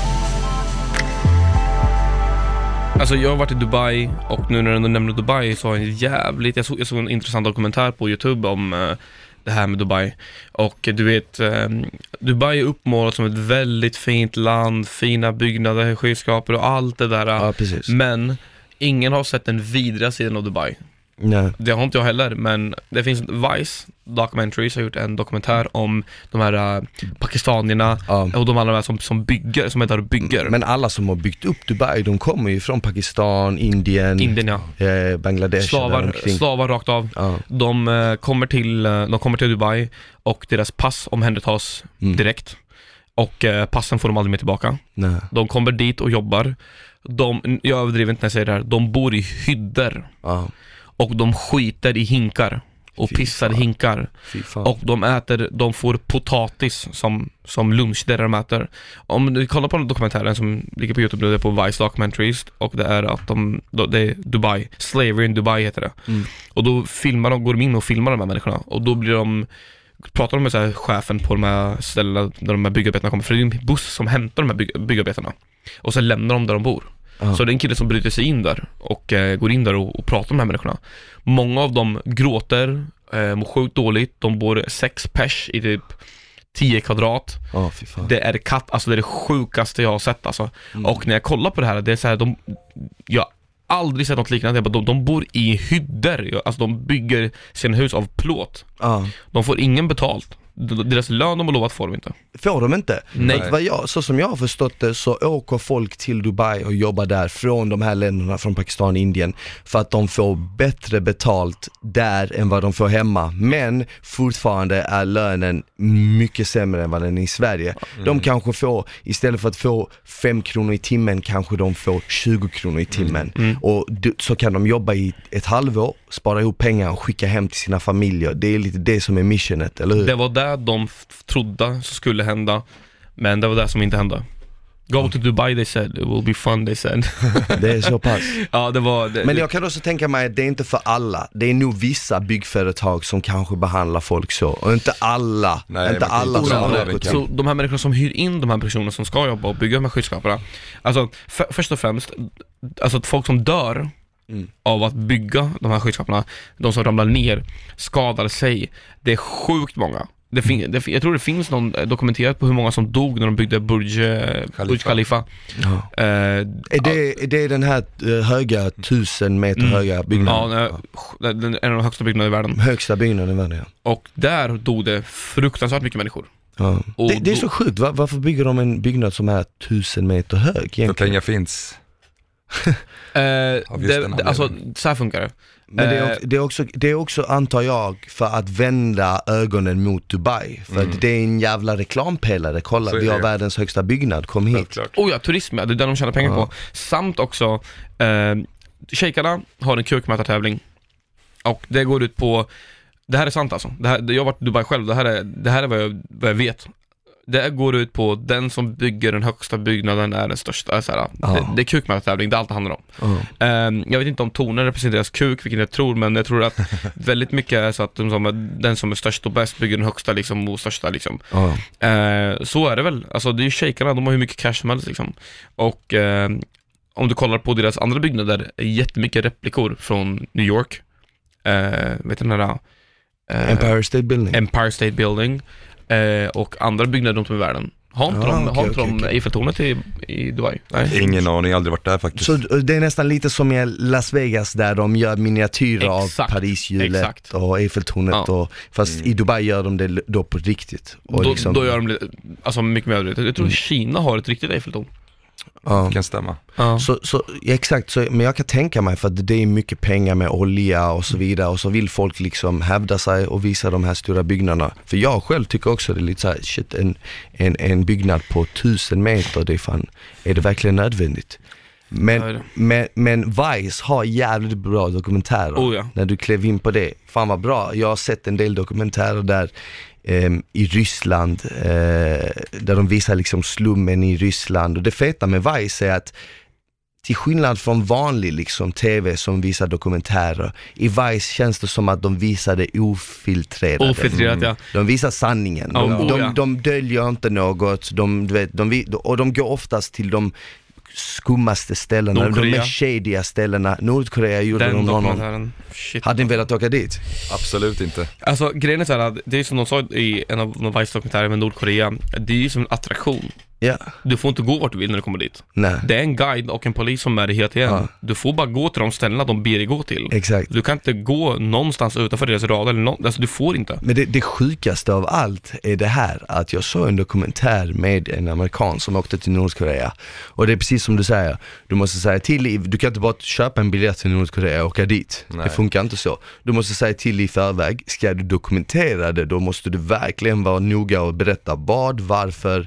Alltså jag har varit i Dubai, och nu när du nämner Dubai så har jag såg en intressant dokumentär på YouTube om det här med Dubai. Och du vet, Dubai är uppmålat som ett väldigt fint land, fina byggnader, skyskrapor och allt det där. Ja, precis. Men ingen har sett den vidriga sidan av Dubai. Nej. Det har inte jag heller, men det finns Vice Documentaries har gjort en dokumentär om de här pakistanierna och de andra som bygger, som är där och bygger. Men alla som har byggt upp Dubai, de kommer ju från Pakistan, Indien Bangladesh, slavar rakt av. De kommer till Dubai, och deras pass omhändertas direkt. Och passen får de aldrig mer tillbaka. Nej. De kommer dit och jobbar. Jag överdriver inte när jag säger det här. De bor i hyddor. Ja. Och de skiter i hinkar. Och Fy pissar i fan. hinkar. Fy fan. Och de får potatis som lunch där de äter. Om du kollar på den dokumentären som ligger på YouTube nu, det är på Vice Documentaries. Och det är att det är Dubai. Slavery in Dubai heter det. Och då går de in och filmar de här människorna. Och då pratar de med så här, chefen på de här ställena där de här byggarbetarna kommer. För det är en buss som hämtar de här byggarbetarna. Och så lämnar de där de bor. Så det är en kille som bryter sig in där och går in där och pratar med de här människorna. Många av dem gråter, mår sjukt dåligt. De bor 6 pers i typ 10 kvadrat. Fy fan. Det är det är det sjukaste jag har sett alltså. Och när jag kollar på det här, det är så här, jag har aldrig sett något liknande. De bor i hyddor. Alltså de bygger sina hus av plåt. De får ingen betalt. Deras lön de har lovat får de inte. Får de inte? Nej. Så som jag har förstått det så åker folk till Dubai och jobbar där från de här länderna, från Pakistan och Indien, för att de får bättre betalt där än vad de får hemma. Men fortfarande är lönen mycket sämre än vad den är i Sverige. De kanske får, istället för att få 5 kronor i timmen, kanske de får 20 kronor i timmen. Och så kan de jobba i ett halvår, spara ihop pengar och skicka hem till sina familjer. Det är lite det som är missionet, eller hur? Det var där de trodde så skulle hända, men det var det som inte hände. Go to Dubai, they said. It will be fun, they said. Det är så pass. Ja, det var... Men jag kan också tänka mig att det är inte för alla. Det är nog vissa byggföretag som kanske behandlar folk så. Och inte alla. Nej, inte alla som har det. Så de här människorna som hyr in de här personerna som ska jobba och bygga de här skyskraporna. Alltså, först och främst, alltså folk som dör av att bygga de här skyskraporna, de som ramlar ner, skadar sig. Det är sjukt många. Jag tror det finns någon dokumenterat på hur många som dog när de byggde Burj Khalifa. Är det den här höga 1000 meter höga byggnaden? Ja, en av de högsta byggnaderna i världen. Högsta byggnaden i världen, ja. Och där dog det fruktansvärt mycket människor. Ja. Det är så sjukt, varför bygger de en byggnad som är 1000 meter hög egentligen? För pengar finns. Alltså, så här funkar det. Men det är också, antar jag, för att vända ögonen mot Dubai. För att det är en jävla reklampelare. Kolla, vi har världens högsta byggnad, kom hit. Ja, turism, det är där de tjänar pengar på. Samt också, shejkarna har en kukmätartävling. Och det går ut på, det här är sant alltså. Jag har varit i Dubai själv, det här är vad jag vet. Det går ut på den som bygger den högsta byggnaden är den största. Det är kukmätartävling, det är allt det handlar om. Jag vet inte om tonen representeras kuk, vilket jag tror, men jag tror att väldigt mycket är så att den som är störst och bäst bygger den högsta liksom, och största liksom. Så är det väl. Alltså det är ju shejkarna, de har ju mycket cash som helst liksom. Och om du kollar på deras andra byggnader, är jättemycket replikor från New York. Vet du den här Empire State Building. Och andra byggnader runt om i världen. Har inte de Eiffeltornet i Dubai? Nej. Ingen aning, aldrig varit där faktiskt. Så det är nästan lite som i Las Vegas där de gör miniatyrer av Parishjulet och Eiffeltornet. Fast i Dubai gör de det då på riktigt. Och då gör de det alltså mycket mer. Jag tror Kina har ett riktigt Eiffeltorn. Det kan stämma. Exakt, men jag kan tänka mig, för att det är mycket pengar med olja och så vidare, och så vill folk liksom hävda sig och visa de här stora byggnaderna. För jag själv tycker också det är lite så här, shit, en byggnad på 1000 meter, det är det verkligen nödvändigt? Men Vice har jävligt bra dokumentärer. När du klev in på det, fan vad bra. Jag har sett en del dokumentärer där i Ryssland, där de visar liksom slummen i Ryssland. Och det feta med Vice är att till skillnad från vanlig liksom tv som visar dokumentärer, i Vice känns det som att de visar det ofiltrerat. Ja. De visar sanningen. De döljer inte något. Och de går oftast till de skummaste ställena, de mest shadiga ställena. Nordkorea gjorde de någon. Hade ni velat åka dit? Absolut inte. Alltså grejen är så här, det är som de sa i en av de Vice-dokumentärer med Nordkorea, det är ju som en attraktion. Du får inte gå vart du vill när du kommer dit. Det är en guide och en polis som är det hela tiden. Du får bara gå till de ställena de ber dig gå till. Exakt. Du kan inte gå någonstans utanför deras rad eller alltså du får inte. Men det sjukaste av allt är det här, att jag såg en dokumentär med en amerikan som åkte till Nordkorea. Och det är precis som du säger, du måste säga till, du kan inte bara köpa en biljett till Nordkorea och åka dit. Det funkar inte så. Du måste säga till i förväg, ska du dokumentera det, då måste du verkligen vara noga och berätta vad, varför,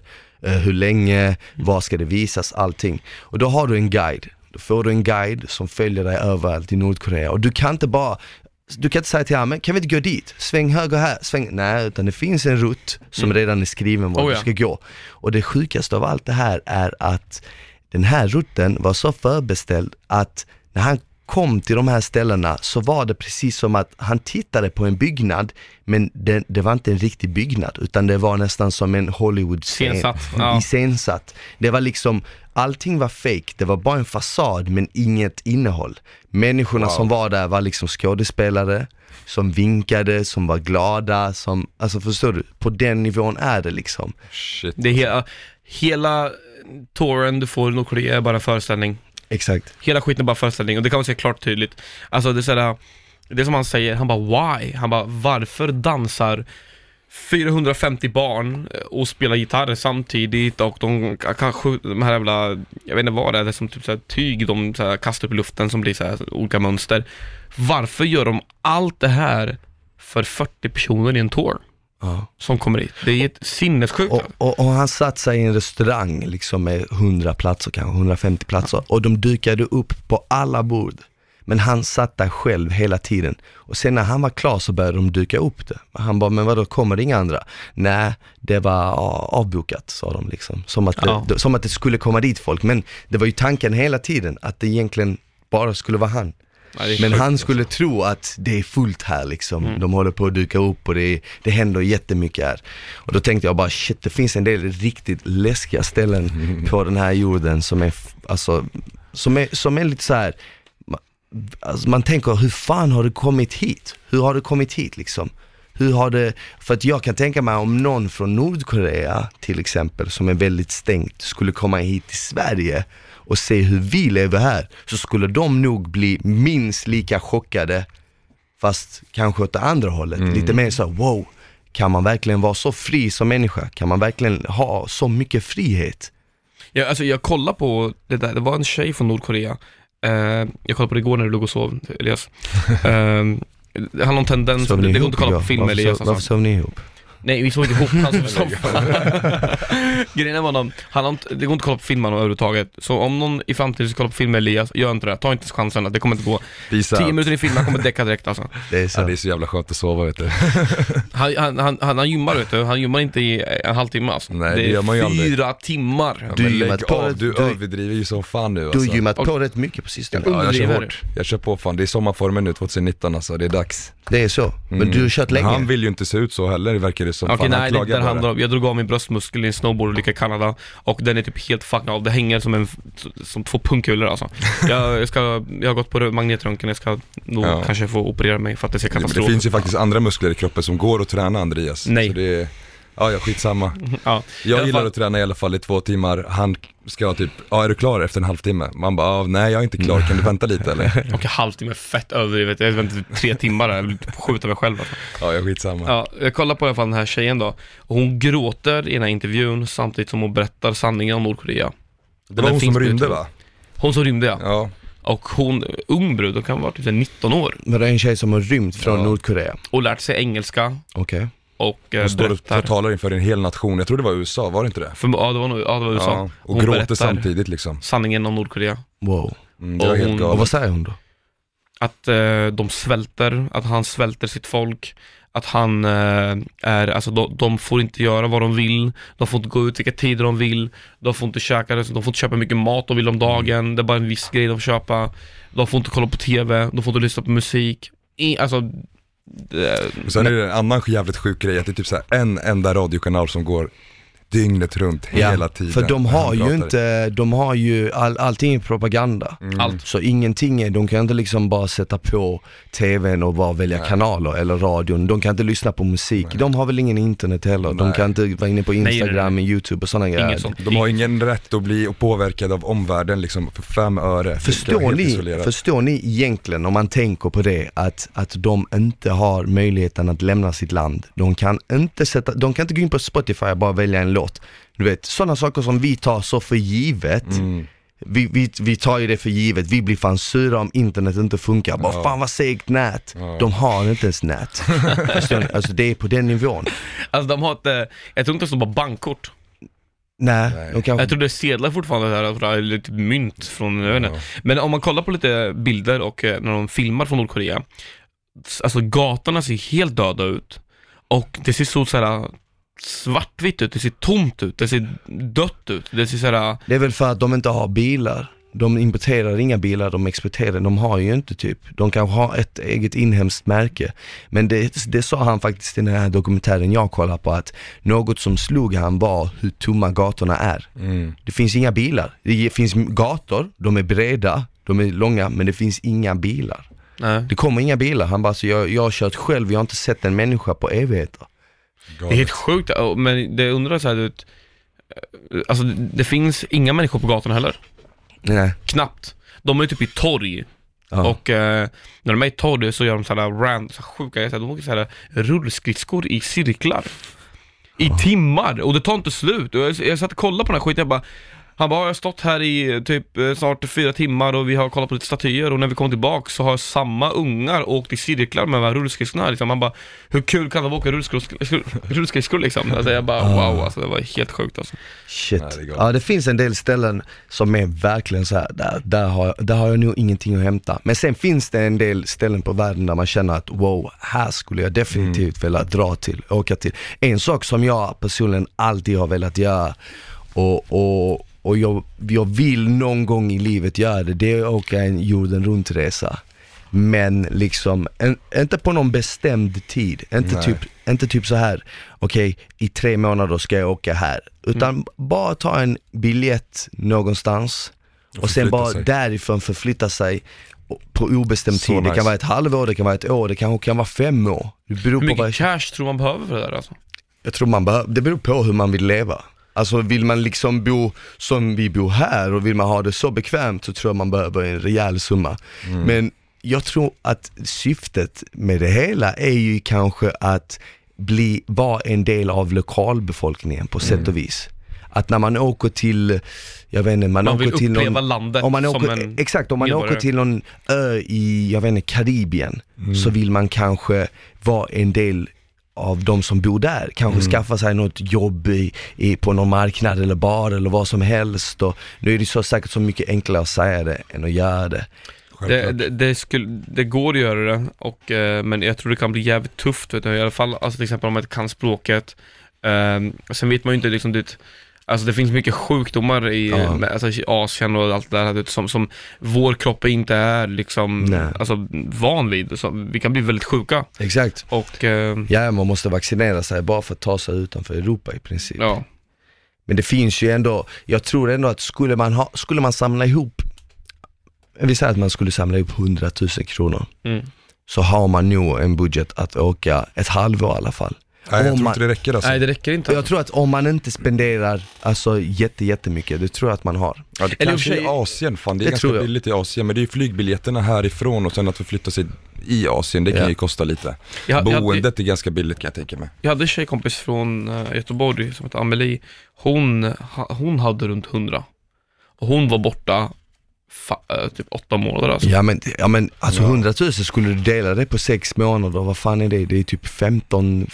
hur länge, vad ska det visas, allting. Och då har du en guide. Då får du en guide som följer dig överallt i Nordkorea. Och du kan inte säga till honom, kan vi inte gå dit? Sväng höger här, nej, utan det finns en rutt som redan är skriven var du ska gå. Och det sjukaste av allt det här är att den här rutten var så förbeställd att när han kom till de här ställena så var det precis som att han tittade på en byggnad, men det var inte en riktig byggnad, utan det var nästan som en Hollywood-scen iscensatt. Det var liksom, allting var fake, det var bara en fasad men inget innehåll. Människorna som var där var liksom skådespelare som vinkade, som var glada, som, alltså förstår du, på den nivån är det liksom. Shit. Det är hela touren du får i Nordkorea är bara en föreställning. Exakt. Hela skiten är bara föreställning, och det kan man säga klart tydligt. Alltså det är sådär, det som han säger, han bara why? Han bara, varför dansar 450 barn och spelar gitarr samtidigt, och de kanske de här jävla, jag vet inte vad det är som typ så här tyg de så här kastar upp i luften som blir så här olika mönster. Varför gör de allt det här för 40 personer i en tour? Som kommer hit. Det är ett sinnessjukt. Och han satt sig i en restaurang liksom med 100 platser, kanske 150 platser, och de dykade upp på alla bord. Men han satt där själv hela tiden. Och sen när han var klar så började de dyka upp det. Han bara, men vadå, kommer det inga andra? Nej, det var avbokat, sa de liksom. Som att det skulle komma dit folk. Men det var ju tanken hela tiden att det egentligen bara skulle vara han. Men han skulle tro att det är fullt här liksom. De håller på att dyka upp och det händer jättemycket här. Och då tänkte jag bara, shit, det finns en del riktigt läskiga ställen på den här jorden som är, alltså, som är lite så här, alltså, man tänker, hur fan har det kommit hit? Hur har det kommit hit liksom? Hur har det, för att jag kan tänka mig om någon från Nordkorea till exempel, som är väldigt stängt, skulle komma hit till Sverige och se hur vi lever här, så skulle de nog bli minst lika chockade, fast kanske åt det andra hållet. Lite mer så, wow, kan man verkligen vara så fri som människa? Kan man verkligen ha så mycket frihet? Ja, alltså jag kollar på det där, det var en tjej från Nordkorea. Jag kollade på det igår när du låg och sov, Elias. Han har någon tendens, det går inte att kolla på film, Elias. Varför sov ni ihop? Nej, vi såg inte ihop. Han som grejen var det går inte att kolla på filmen överhuvudtaget. Så om någon i framtiden ska kolla på film med Elias, gör inte det. Ta inte chansen, det kommer inte gå. 10 minuter i filmen kommer däcka direkt alltså. Det är så jävla skönt att sova, vet du. Han gymmar, vet du. Han gymmar inte i en halvtimme alltså. Nej, det är man ju 4 timmar. Du överdriver ju så fan nu alltså. Du har gymmat på rätt mycket på sistone. Ja, jag kör hårt. Jag kör på fan. Det är sommarformen nu 2019 alltså. Det är dags. Det är så. Men du har kört länge. Han vill ju inte se ut så heller, det verkar det som. Okej, nej, det där handlar om. Jag drog av min bröstmuskel i en snowboardolycka i Kanada, och den är typ helt fucked av. Det hänger som 2 pungkulor alltså. Jag har gått på magnetröntgen. Jag ska nog kanske få operera mig för att det ser katastrof. Det finns ju faktiskt andra muskler i kroppen som går att träna, Andreas. Nej. Så det är, skitsamma. Jag gillar att träna i alla fall i 2 timmar. Han ska typ, är du klar efter en halvtimme? Man bara, nej jag är inte klar, kan du vänta lite eller? Och halvtimme är fett överdrivet. Jag väntar 3 timmar där, jag vill skjuta mig själv alltså. Jag är skitsamma. Jag kollar på i alla fall den här tjejen då, och hon gråter i den här intervjun samtidigt som hon berättar sanningen om Nordkorea. Det var hon som rymde, va? Hon som rymde, ja. Och hon, ung brud, hon kan vara typ 19 år. Men det är en tjej som har rymt från Nordkorea. Och lärt sig engelska. Okej. Och hon står och talar inför en hel nation. Jag tror det var USA, var det inte det? Det var USA. Ja, och gråter samtidigt liksom. Sanningen om Nordkorea. Wow. Det var helt galet. Och vad säger hon då? Att de svälter, att han svälter sitt folk, att han alltså de får inte göra vad de vill, de får inte gå ut vilka tider de vill, de får inte käka, de får inte köpa mycket mat de vill om dagen, det är bara en viss grej de köpa, de får inte kolla på tv, de får inte lyssna på musik. Sen är det en annan jävligt sjuk grej, att det är typ så här en enda radiokanal som går dygnet runt hela tiden. För de har ju allting är propaganda. Så ingenting de kan inte liksom bara sätta på tvn och bara välja kanaler eller radion. De kan inte lyssna på musik. Nej. De har väl ingen internet heller. De kan inte vara inne på Instagram, YouTube och sådana grejer. De har ingen rätt att bli påverkad av omvärlden liksom för 5 öre. Förstår ni egentligen, om man tänker på det, att de inte har möjligheten att lämna sitt land. De kan inte gå in på Spotify och bara välja en låt. Du vet, sådana saker som vi tar så för givet. Vi tar ju det för givet. Vi blir fan sura om internet inte funkar. Bara fan vad segt nät. De har inte ens nät. Alltså det är på den nivån. Alltså de har jag tror inte att de har bankkort. Nej, de kanske... Jag tror det är sedlar fortfarande där, eller typ mynt från, jag vet inte. Men om man kollar på lite bilder och när de filmar från Nordkorea, alltså gatorna ser helt döda ut. Och det ser så här svartvitt ut, det ser tomt ut, det ser dött ut. Det ser så här... Det är väl för att de inte har bilar. De importerar inga bilar, de exporterar. De har ju inte typ. De kanske har ett eget inhemskt märke. Men det sa han faktiskt i den här dokumentären jag kollar på, att något som slog han var hur tomma gatorna är. Det finns inga bilar. Det finns gator, de är breda, de är långa, men det finns inga bilar. Nej. Det kommer inga bilar. Han bara, så jag har kört själv, jag har inte sett en människa på evigheter. Det är helt sjukt, men det undrar så här, alltså det finns inga människor på gatorna heller. Nej. Knappt. De är ju typ i torg. Ja. Och när de är i torg så gör de sådana sjuka grejer. De åker sådana rullskridskor i cirklar i timmar, och det tar inte slut. Och jag satt och kollade på den här skiten. Han bara, jag har stått här i typ snart 4 timmar och vi har kollat på lite statyer, och när vi kommer tillbaka så har samma ungar åkt i cirklar med rullskridskorna liksom. Han bara, hur kul kan det vara att åka rullskridskor liksom? Alltså jag bara, wow, alltså det var helt sjukt alltså. Shit. Ja, det finns en del ställen som är verkligen så här, där har jag nog ingenting att hämta. Men sen finns det en del ställen på världen där man känner att wow, här skulle jag definitivt vilja åka till. En sak som jag personligen alltid har velat göra, och jag vill någon gång i livet göra det är att åka en jorden runt-resa. Men liksom inte på någon bestämd tid. Inte typ så här, okej, i 3 månader ska jag åka här. Utan bara ta en biljett någonstans och sen bara därifrån förflytta sig på obestämd tid. Nice. Det kan vara ett halvår, det kan vara ett år, det kan vara 5 år. Det beror hur mycket på cash tror man behöver för det där alltså? Jag tror det beror på hur man vill leva. Alltså vill man liksom bo som vi bor här och vill man ha det så bekvämt, så tror jag man behöver en rejäl summa. Men jag tror att syftet med det hela är ju kanske att vara en del av lokalbefolkningen på sätt och vis. Att när man åker till, jag vet inte, man åker till någon, landet om man åker, som en exakt, om man medborgare. åker till någon ö i, jag vet inte, Karibien, så vill man kanske vara en del av de som bor där, kanske skaffa sig något jobb på någon marknad eller bar eller vad som helst. Och nu är det så säkert så mycket enklare att säga det än att göra det. Det går att göra det, och, men jag tror det kan bli jävligt tufft, vet du, i alla fall, alltså till exempel om man inte kan språket. Sen vet man ju inte liksom det. Alltså det finns mycket sjukdomar i Asien och allt det där som vår kropp inte är liksom alltså van vid, så vi kan bli väldigt sjuka. Exakt. Och man måste vaccinera sig bara för att ta sig utanför Europa i princip. Ja. Men det finns ju ändå, jag tror ändå att skulle man samla ihop, vi säger att man skulle samla ihop 100 000 kronor, så har man nog en budget att åka ett halvår i alla fall. Nej, jag tror inte det räcker alltså. Nej, det räcker inte. Jag tror att om man inte spenderar alltså jättemycket, det tror jag att man har. Ja, det kanske i Asien, fan, det är ganska billigt i Asien, men det är flygbiljetterna härifrån och sen att förflytta sig i Asien, det kan ju kosta lite. Boendet är ganska billigt, kan jag tänka mig. Jag hade en tjejkompis från Göteborg som heter Amelie. Hon hade runt 100. Och hon var borta typ 8 månader alltså. Ja men alltså 100 000 skulle du dela det på 6 månader, vad fan är det? Det är typ 15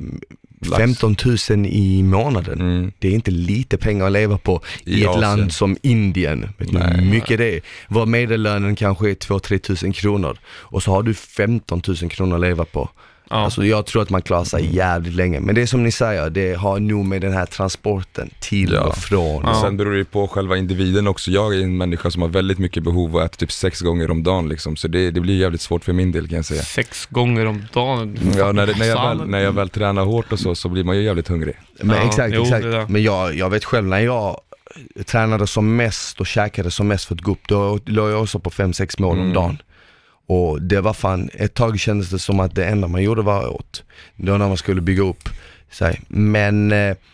000 i månaden. Det är inte lite pengar att leva på i ett land som Indien. Vet du hur mycket det är? Var medellönen kanske är 2-3 000 kronor och så har du 15 000 kronor att leva på. Ja. Alltså jag tror att man klarar sig jävligt länge. Men det är som ni säger, det har nog med den här transporten till och från. Ja. Sen beror det på själva individen också. Jag är en människa som har väldigt mycket behov att äta typ 6 gånger om dagen liksom. Så det blir jävligt svårt för min del, kan jag säga. 6 gånger om dagen? Ja, när jag väl tränar hårt och så blir man ju jävligt hungrig. Men exakt. Men jag vet själv, när jag tränade som mest och käkade som mest för att gå upp, då låg jag också på 5-6 mål om dagen. Och det var fan, ett tag kändes det som att det enda man gjorde var åt. Då när man skulle bygga upp sig. Men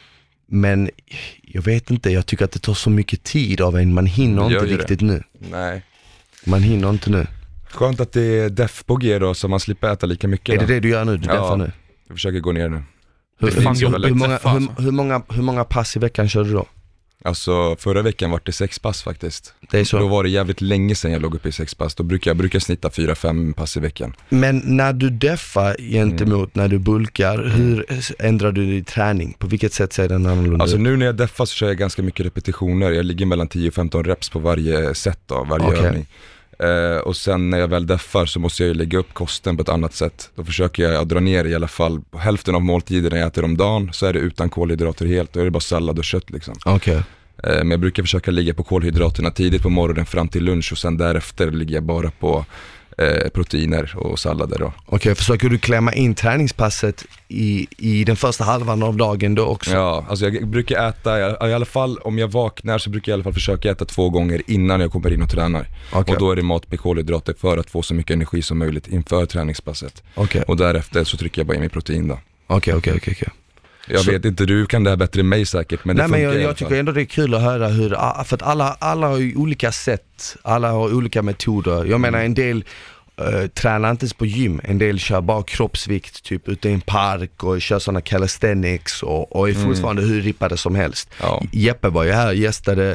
jag vet inte, jag tycker att det tar så mycket tid av en. Man hinner inte riktigt nu. Nej. Man hinner inte nu. Skönt att det är def på G då, så man slipper äta lika mycket. Är det du gör nu? Du deffar nu? Jag försöker gå ner nu. Hur många pass i veckan kör du då? Alltså förra veckan var det 6 pass faktiskt. Det är så. Då var det jävligt länge sedan jag låg upp i 6 pass. Då brukar jag snitta 4-5 pass i veckan. Men när du deffar gentemot när du bulkar, hur ändrar du din träning? På vilket sätt ser den annorlunda? Alltså nu när jag deffar så kör jag ganska mycket repetitioner. Jag ligger mellan 10-15 reps på varje set då, varje övning. Och sen när jag väl deffar så måste jag ju lägga upp kosten på ett annat sätt. Då försöker jag dra ner i alla fall hälften av måltiderna jag äter om dagen, så är det utan kolhydrater helt. Då är det bara sallad och kött liksom. Men jag brukar försöka ligga på kolhydraterna tidigt på morgonen fram till lunch, och sen därefter ligger jag bara på proteiner och sallader då. Försöker du klämma in träningspasset i den första halvan av dagen då också? Ja, alltså jag brukar äta, i alla fall om jag vaknar så brukar jag i alla fall försöka äta 2 gånger innan jag kommer in och tränar. Och då är det mat med kolhydrater för att få så mycket energi som möjligt inför träningspasset. Och därefter så trycker jag bara in i protein då. Okej. Jag vet inte, du kan det här bättre än mig säkert, men det funkar. Men jag tycker ändå det är kul att höra för att alla har ju olika sätt, alla har olika metoder. Jag menar en del tränar inte ens på gym, en del kör bara kroppsvikt typ ute i en park och kör sådana calisthenics och är fortfarande hur rippade som helst. Jeppe var ju här, gästade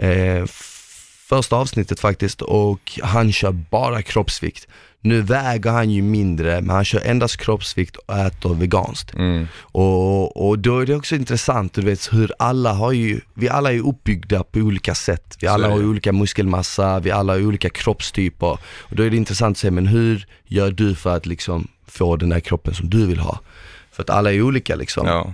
första avsnittet faktiskt, och han kör bara kroppsvikt. Nu väger han ju mindre, men han kör endast kroppsvikt och äter veganskt. Och då är det också intressant, du vet, hur vi alla är uppbyggda på olika sätt. Vi alla har olika muskelmassa, vi alla har olika kroppstyper. Och då är det intressant att se, men hur gör du för att liksom få den där kroppen som du vill ha? För att alla är olika liksom.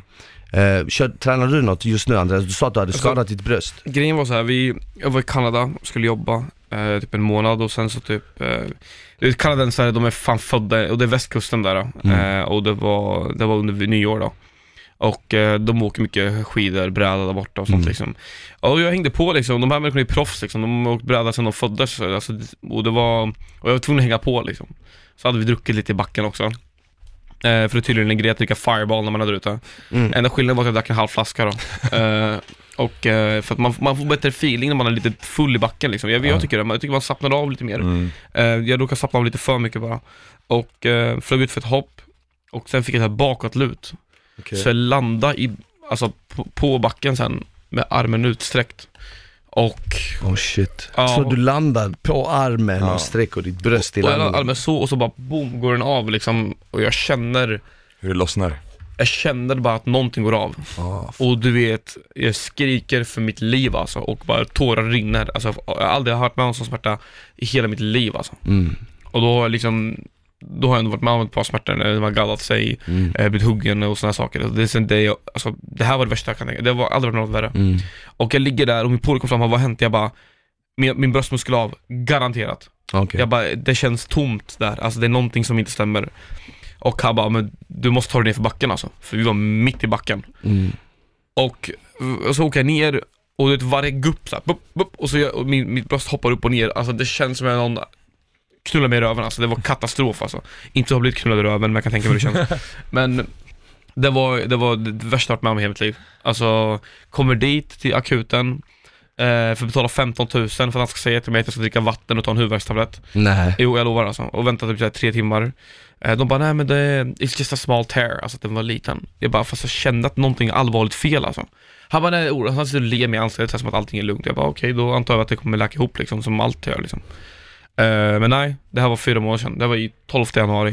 Tränar du något just nu, Andreas? Du sa att du hade skadat ditt bröst. Grejen var så här, jag var i Kanada, skulle jobba typ en månad, och sen så typ kanadensare, de är fan födda, och det är västkusten där och det var under nyår då. Och de åker mycket skidor, bräda där borta och sånt liksom. Och jag hängde på liksom, de här människorna är proffs liksom, de har åkt bräda sedan de föddes alltså, och jag var tvungen att hänga på liksom. Så hade vi druckit lite i backen också. För det är tydligen en grej att dricka Fireball när man är där ute. Enda skillnaden var att jag drack en halv flaska då. Och för att man får bättre feeling när man är lite full i backen liksom. Jag tycker det, jag tycker man slappnar av lite mer. Jag råkade slappna av lite för mycket bara. Och flög ut för ett hopp. Och sen fick jag ett här bakåtlut. Så jag landade på backen sen med armen utsträckt. Och shit. Så du landade på armen och sträcker ditt bröst i landningen. Och armen så, och så bara boom, går den av liksom. Och jag känner hur det lossnar. Jag känner bara att någonting går av. Och du vet, jag skriker för mitt liv alltså, och bara tårar rinner alltså, jag har aldrig hört med en sån smärta i hela mitt liv alltså. Och då liksom, då har jag ändå varit med om ett par smärtor när man har gaddat sig, blivit huggen och såna saker. Det här var det värsta jag kan tänka. Det var aldrig något värre. Och jag ligger där och min polare kom fram och vad hänt? Jag bara, min bröstmuskel av, garanterat. Jag bara, det känns tomt där. Alltså det är någonting som inte stämmer. Och han bara, men du måste ta dig ner för backen alltså. För vi var mitt i backen. Och så åker jag ner, och det varje gupp så här, bup, bup, och så mitt bröst hoppar upp och ner. Alltså det känns som att någon knullar mig i röven alltså. Det var katastrof alltså. Inte så har blivit knullad i röven, men jag kan tänka mig hur det känns. Men det var det värsta jag varit med om i hela mitt liv. Alltså, kommer dit till akuten, för att betala 15 000 för att han ska säga till mig att jag ska dricka vatten och ta en huvudvärkstablett. Nej. Jo, jag lovar alltså. Och vänta typ 3 timmar. De bara, nej men it's just a small tear. Alltså att den var liten. Jag bara, fast jag kände att någonting allvarligt fel alltså. Han bara, nej, han sitter och ler med ansiktet som att allting är lugnt. Jag bara, okej, då antar jag att det kommer läka ihop liksom, som allt gör liksom. Men nej, det här var 4 månader sedan. Det var i 12 januari.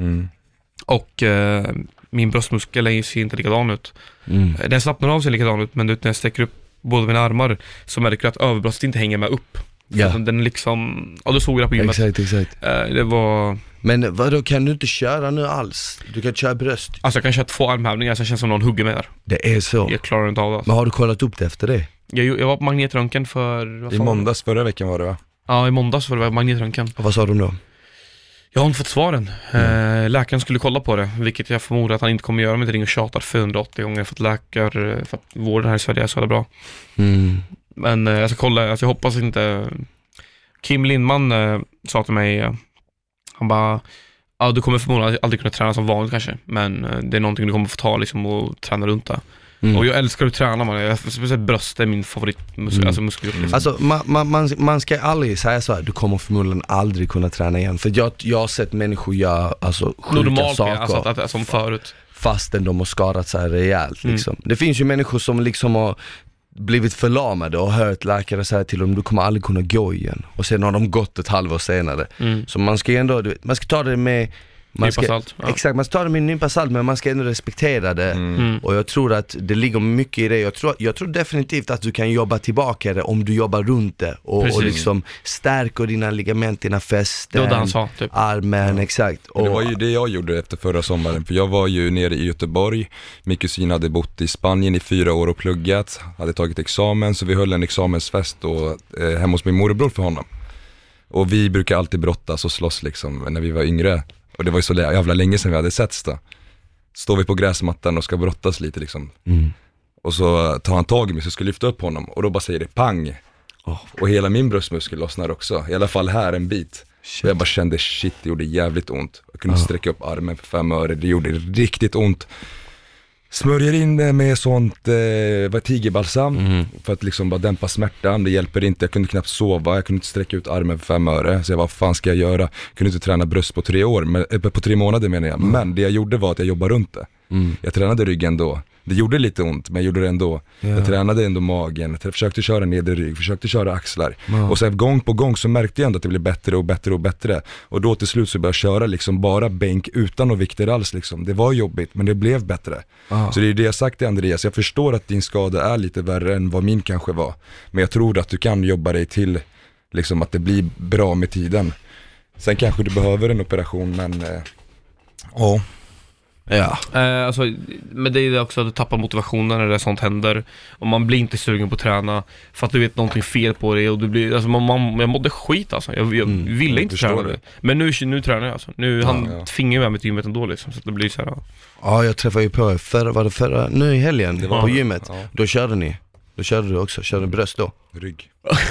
Och min bröstmuskel ser inte likadan ut. Den slappnar av sig likadan ut, men när jag sträcker upp båda mina armar så märker jag att överbröstet inte hänger med upp. Den liksom, du såg det på gymmet. Exakt. Det var... Men vadå, kan du inte köra nu alls? Du kan köra bröst. Alltså jag kan köra 2 armhävningar, så det känns som någon hugger mig där. Det är så. Jag klarar inte av det. Men har du kollat upp det efter det? Jag var på magnetröntgen för... I måndags förra veckan var det, va? Ja, i måndags var det magnetröntgen. Och vad sa de då? Jag har inte fått svaren. Läkaren skulle kolla på det, vilket jag förmodar att han inte kommer göra, med att ringa och tjatar 480 gånger för att vården här i Sverige är så bra. Men jag ska kolla, alltså jag hoppas inte. Kim Lindman sa till mig, han bara, du kommer förmodligen aldrig kunna träna som vanligt kanske, men det är någonting du kommer få ta liksom, och träna runt det. Och jag älskar att träna, man. Speciellt bröst är min favoritmuskel, alltså muskelgrupp liksom. Alltså man ska aldrig säga så här, du kommer förmodligen aldrig kunna träna igen. För jag har sett människor göra sjuka normalt, saker alltså, som förut, fastän de har skadat sig rejält liksom. Det finns ju människor som liksom har blivit förlamade och hört läkare säga till dem, du kommer aldrig kunna gå igen. Och sen har de gått ett halvår senare. Så man ska ändå, man ska ta det med exakt, man ska ta det med en nypa salt, men man ska ändå respektera det. Och jag tror att det ligger mycket i det. Jag tror definitivt att du kan jobba tillbaka det om du jobbar runt det och liksom stärker dina ligament, dina fästen, typ. armen, exakt. Och det var ju det jag gjorde efter förra sommaren, för jag var ju nere i Göteborg. Min kusin hade bott i Spanien i 4 år och pluggat, hade tagit examen, så vi höll en examensfest då, hemma hos min morbror för honom. Och vi brukar alltid brottas och slåss liksom när vi var yngre. Och det var ju så jävla länge sedan vi hade setts då. Står vi på gräsmattan och ska brottas lite liksom. Och så tar han tag i mig så ska lyfta upp honom. Och då bara säger det pang. Och hela min bröstmuskel lossnar också. I alla fall här en bit. Och jag bara kände shit, det gjorde jävligt ont. Jag kunde sträcka upp armen för 5 öre. Det gjorde riktigt ont. Smörjer in det med sånt tigerbalsam för att liksom bara dämpa smärtan. Det hjälper inte, jag kunde knappt sova. Jag kunde inte sträcka ut armen för 5 öre. Så jag, vad fan ska jag göra? Jag kunde inte träna bröst på 3 år, på 3 månader menar jag. Men det jag gjorde var att jag jobbade runt det. Jag tränade ryggen då. Det gjorde lite ont, men jag gjorde det ändå. Jag tränade ändå magen, jag försökte köra nedre rygg, försökte köra axlar. Och sen gång på gång så märkte jag ändå att det blev bättre och bättre och bättre. Och då till slut så började jag köra liksom bara bänk utan några vikter alls liksom. Det var jobbigt, men det blev bättre. Så det är det jag sagt till Andreas. Jag förstår att din skada är lite värre än vad min kanske var. Men jag tror att du kan jobba dig till liksom att det blir bra med tiden. Sen kanske du behöver en operation, men Ja. Alltså, men det är det också att du tappar motivationen när det sånt händer. Och man blir inte sugen på att träna för att du vet någonting fel på det. Och du blir, alltså, jag mådde skit alltså. Jag ville inte träna det. Men nu tränar jag alltså. Nu han tvingar mig till gymmet ändå liksom. Så att det blir så här. Ja, jag träffade ju på förra nu i helgen. Det var på gymmet. Då körde ni. Då körde du också. Körde bröst då? Rygg.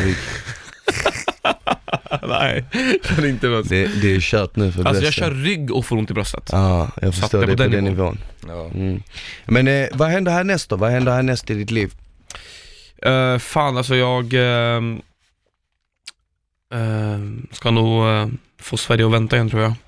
Nej, det är inte bröst. Det är kört nu för alltså brösten. Jag kör rygg och får ont i bröstet. Ja, jag förstår det på den nivån. Men vad händer härnäst då? Vad händer härnäst i ditt liv? Fan, alltså jag ska nog få Sverige att vänta igen, tror jag.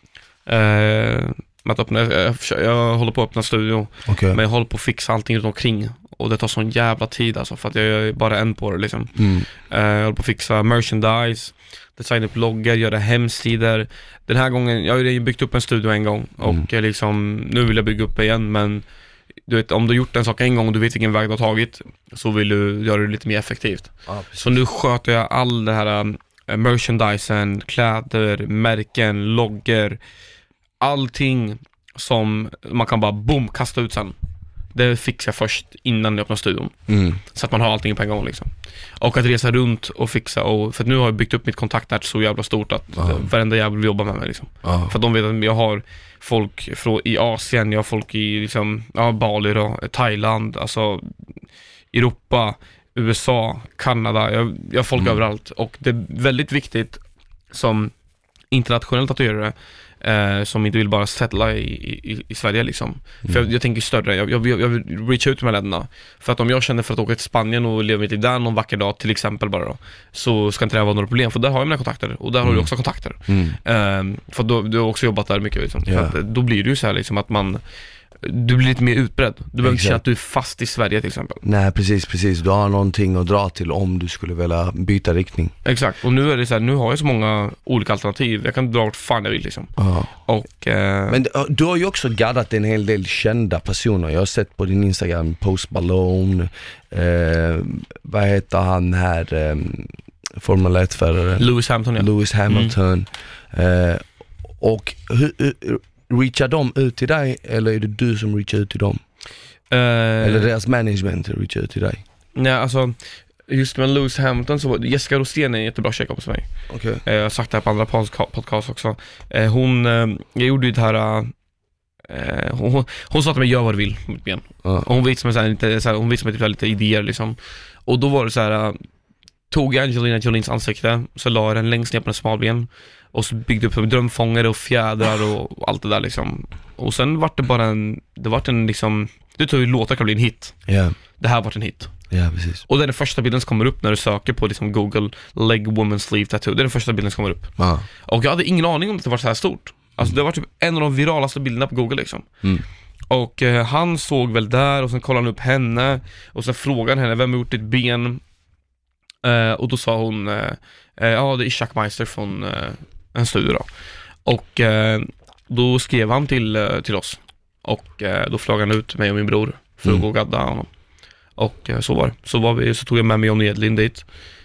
Jag håller på att öppna studio. Men jag håller på att fixa allting runt omkring. Och det tar sån jävla tid alltså, för att jag är bara en på det liksom. Jag håller på att fixa merchandise, designa upp bloggar, göra hemsidor. Den här gången, jag har ju byggt upp en studio en gång. Och liksom, nu vill jag bygga upp igen. Men du vet, om du har gjort en sak en gång och du vet vilken väg du har tagit, så vill du göra det lite mer effektivt. Så nu sköter jag all det här merchandisen, kläder, märken, loggor, allting som man kan bara boom, kasta ut sen. Det fixar jag först innan jag öppnar studion. Så att man har allting på en gång liksom. Och att resa runt och fixa. För att nu har jag byggt upp mitt kontaktnät så jävla stort att varenda jävel vill jobba med mig liksom. För att de vet att jag har folk i Asien, jag har folk i liksom, Bali då, Thailand, alltså Europa, USA, Kanada. Jag har folk överallt. Och det är väldigt viktigt som internationellt att göra det. Som inte vill bara settla i Sverige liksom. För jag tänker större. Jag vill reach ut med länderna. För att om jag känner för att åka till Spanien och leva mitt liv där någon vacker dag till exempel bara då, så ska inte det vara några problem. För där har jag mina kontakter. Och där har du också kontakter. För du har också jobbat där mycket liksom. För att, då blir det ju så här liksom att du blir lite mer utbredd. Du behöver inte känna att du är fast i Sverige till exempel. Nej, precis. Du har någonting att dra till om du skulle vilja byta riktning. Exakt, och nu är det så här, nu har jag så många olika alternativ. Jag kan dra vart fan jag vill liksom. Men du har ju också gaddat en hel del kända personer. Jag har sett på din Instagram, Post Malone, vad heter han här, Formel 1-föraren? Lewis Hamilton. Och reachar de ut till dig, eller är det du som reachar ut till dem? Eller deras management reachar ut till dig? Nej, alltså just med Lewis Hamilton så var Jessica Rosén en jättebra tjej hos mig. Jag har sagt det här på andra podcast också. Jag gjorde ju det här. Hon sa till mig, gör vad du vill med mitt ben. Och hon visade mig lite idéer liksom. Och då var det så här, tog jag Angelina Jolins ansikte, så la den längst ner på en smalben. Och så byggde upp drömfångare och fjädrar och allt det där liksom. Och sen var det bara en liksom, du tar ju låtar kan bli en hit. Det här var en hit. Precis. Och det är den första bilden som kommer upp när du söker på liksom Google leg woman sleeve tattoo. Det är den första bilden som kommer upp. Och jag hade ingen aning om att det var så här stort. Alltså det var typ en av de viralaste bilderna på Google liksom. Och han såg väl där och sen kollade han upp henne och sen frågade han henne, vem har gjort ditt ben? Och då sa hon ja, det är Ishak Meister från en studio då. Och då skrev han till oss. Och då flög han ut mig och min bror för att gå och gadda honom. Och så var det. Så tog jag med mig Johnny Edlin dit.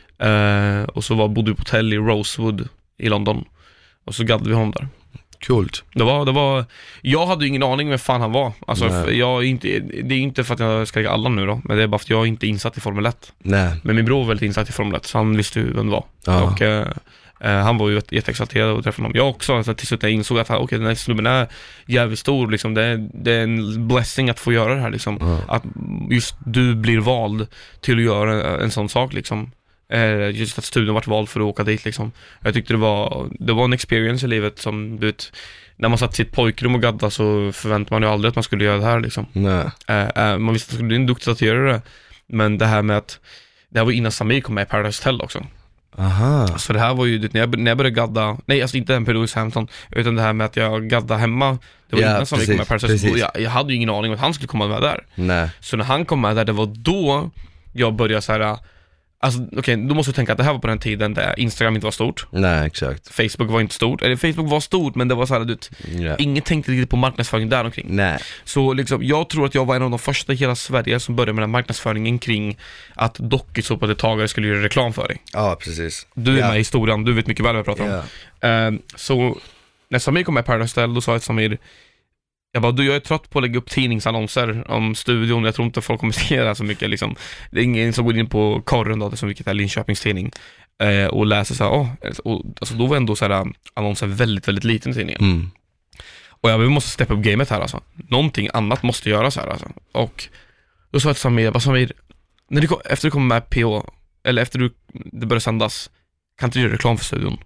Och så bodde vi på hotell i Rosewood i London. Och så gaddade vi honom där. Coolt. Det var, jag hade ju ingen aning vem fan han var. Alltså, det är inte för att jag ska lägga alla nu då, men det är bara för att jag är inte insatt i Formel 1. Nej. Men min bror var väldigt insatt i Formel 1, så han visste ju vem det var. Och han var ju jätteexalterad att träffa honom. Jag också, så till slut jag insåg att den här snubben är jävligt stor liksom. Det är en blessing att få göra det här liksom. Att just du blir vald till att göra en sån sak liksom. Just att studion varit vald för att åka dit liksom. Jag tyckte det var en experience i livet som, du vet, när man satt i sitt pojkrum och gadda så förväntade man ju aldrig att man skulle göra det här liksom. Nej. Man visste att man skulle bli en duktig att göra det. Men det här med att det här var innan Samir kom med i Paradise Hotel också. Aha. Så det här var ju när jag började gadda. Nej, alltså inte en period i Hampton, utan det här med att jag gaddade hemma. Det var innan Samir kom med i Paradise Hotel. Jag hade ju ingen aning om att han skulle komma med där. Nej. Så när han kom med där, det var då jag började så här. Alltså okej, då måste du tänka att det här var på den tiden där Instagram inte var stort. Nej, exakt. Facebook var inte stort. Eller Facebook var stort, men det var så här, ingen tänkte riktigt på marknadsföring där omkring. Nej. Så liksom, jag tror att jag var en av de första i hela Sverige som började med den marknadsföringen kring att dokusåpadeltagare skulle göra reklam för dig. Ja, precis. Du är med i historien, du vet mycket väl vad jag pratar om. Så när Samir kom med Paradise Hotel, då sa jag till Samir, jag är trött på att lägga upp tidningsannonser om studion. Jag tror inte folk kommer se det så mycket liksom. Det är ingen som går in på korren då, det som vilket är Linköpings tidning, och läser så här, alltså då var ändå så här annonser väldigt, väldigt liten i tidningen. Och vi måste steppa upp gamet här alltså. Någonting annat måste göras här alltså. Och då sa jag till Samir, efter du kommer med PO, eller efter det börjar sändas, kan inte du göra reklam för studion?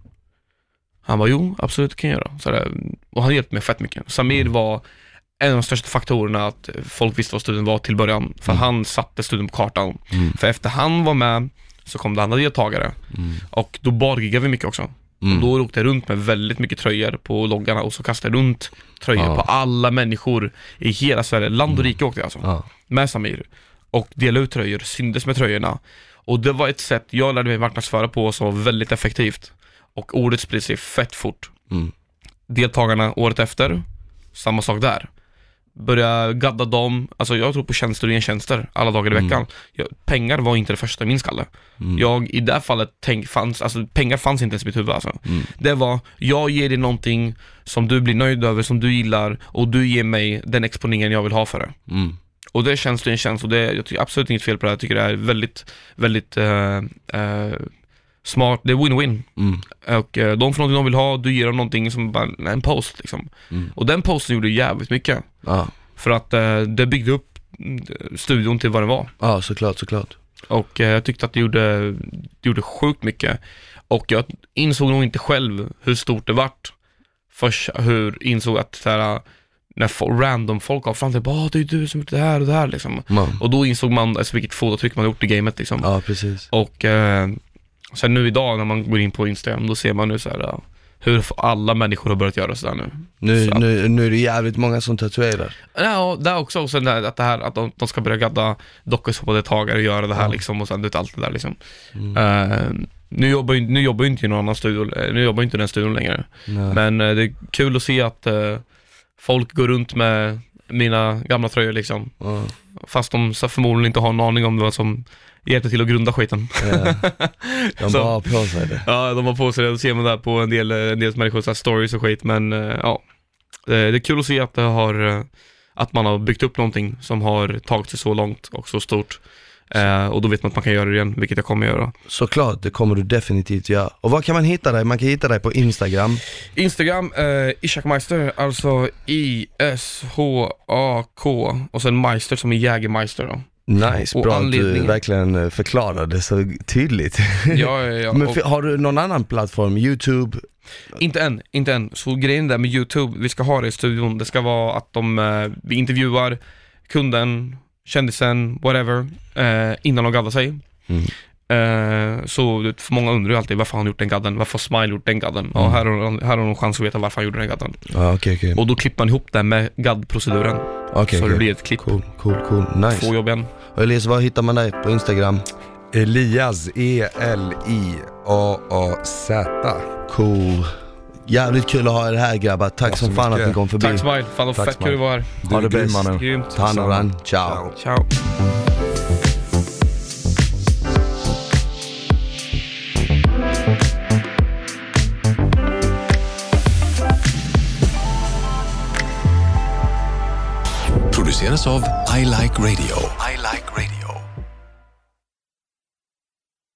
Han var jo, absolut kan jag göra. Så där, och han hjälpte mig fett mycket. Samir var en av de största faktorerna att folk visste vad studion var till början. För han satte studion på kartan. För efter han var med så kom det andra deltagare. Och då bargigade vi mycket också. Och då åkte jag runt med väldigt mycket tröjor på loggarna. Och så kastade jag runt tröjor på alla människor i hela Sverige. Land och rike åkte jag alltså. Med Samir. Och delade ut tröjor, syndes med tröjorna. Och det var ett sätt jag lärde mig marknadsföra på som var väldigt effektivt. Och ordet sprider sig fett fort. Deltagarna året efter, samma sak där. Börja gadda dem. Alltså jag tror på tjänster och gentjänster alla dagar i veckan. Pengar var inte det första i min skalle. Jag i det här fallet pengar fanns inte ens i mitt huvud alltså. Det var, jag ger dig någonting som du blir nöjd över, som du gillar, och du ger mig den exponeringen jag vill ha för det. Och det känns det en tjänst, och jag tycker absolut inget fel på det. Jag tycker det är väldigt, väldigt smart, det är win-win. Och de får någonting de vill ha, du ger dem någonting som bara en post liksom. Och den posten gjorde jävligt mycket. För att det byggde upp studion till vad det var. Ja, såklart. Och jag tyckte att det gjorde sjukt mycket. Och jag insåg nog inte själv hur stort det vart. Först insåg att så här, när random folk har fram till det är du som gjort det här och det här liksom. Och då insåg man alltså, vilket fototryck man har gjort i gamet liksom. Ja, precis. Och sen nu idag när man går in på Instagram, då ser man nu så här hur alla människor har börjat göra sådär nu. Nu är det jävligt många som tatuerar. Ja, det är också och sen att det här att de ska börja gadda dokusåpadeltagare och göra det här liksom, och sen ut allt det där liksom. Nu jobbar inte i någon annan studio. Nu jobbar inte i den studion längre. Men det är kul att se att folk går runt med mina gamla tröjor liksom. Fast de så förmodligen inte har en aning om vad som hjälpte till att grunda skiten. De bara har på sig det. Ja, de har på sig det. Då ser man där på en del människor så här stories och skit. Men ja, det är kul att se att att man har byggt upp någonting som har tagit sig så långt och så stort. Och då vet man att man kan göra det igen, vilket jag kommer göra. Såklart, det kommer du definitivt göra. Och var kan man hitta dig? Man kan hitta dig på Instagram. Ishak Meister, alltså I-S-H-A-K och sen Meister som är Jägermeister då. Nice, bra att du verkligen förklarade så tydligt. Ja. Men har du någon annan plattform? YouTube? Inte än. Så grejen där med YouTube, vi ska ha det i studion. Det ska vara att vi intervjuar kunden, kändisen, whatever, innan de gaddar sig. Så för många undrar ju alltid varför han gjort den gadden, varför Smile gjort den gadden. Ja, här har de chans att veta varför han gjorde den gadden. Okay. Och då klipper man ihop det med gaddproceduren. Okej, så det okej. blir ett klipp. Cool. Nice. 2 jobb än. Och Elias, vad hittar man dig på Instagram? Elias, ELIAAZ. Cool. Jävligt kul att ha er här, grabbar. Tack Tack som så fan att mycket. ni kom förbi. Tack Smile, fan vad Tack, fett Smile. kul att vara här. Du Ha är det grym, bäst. mannen. Grymt. Ta hand om varandra. Ciao. Ciao. Produceras av I Like Radio. I Like Radio.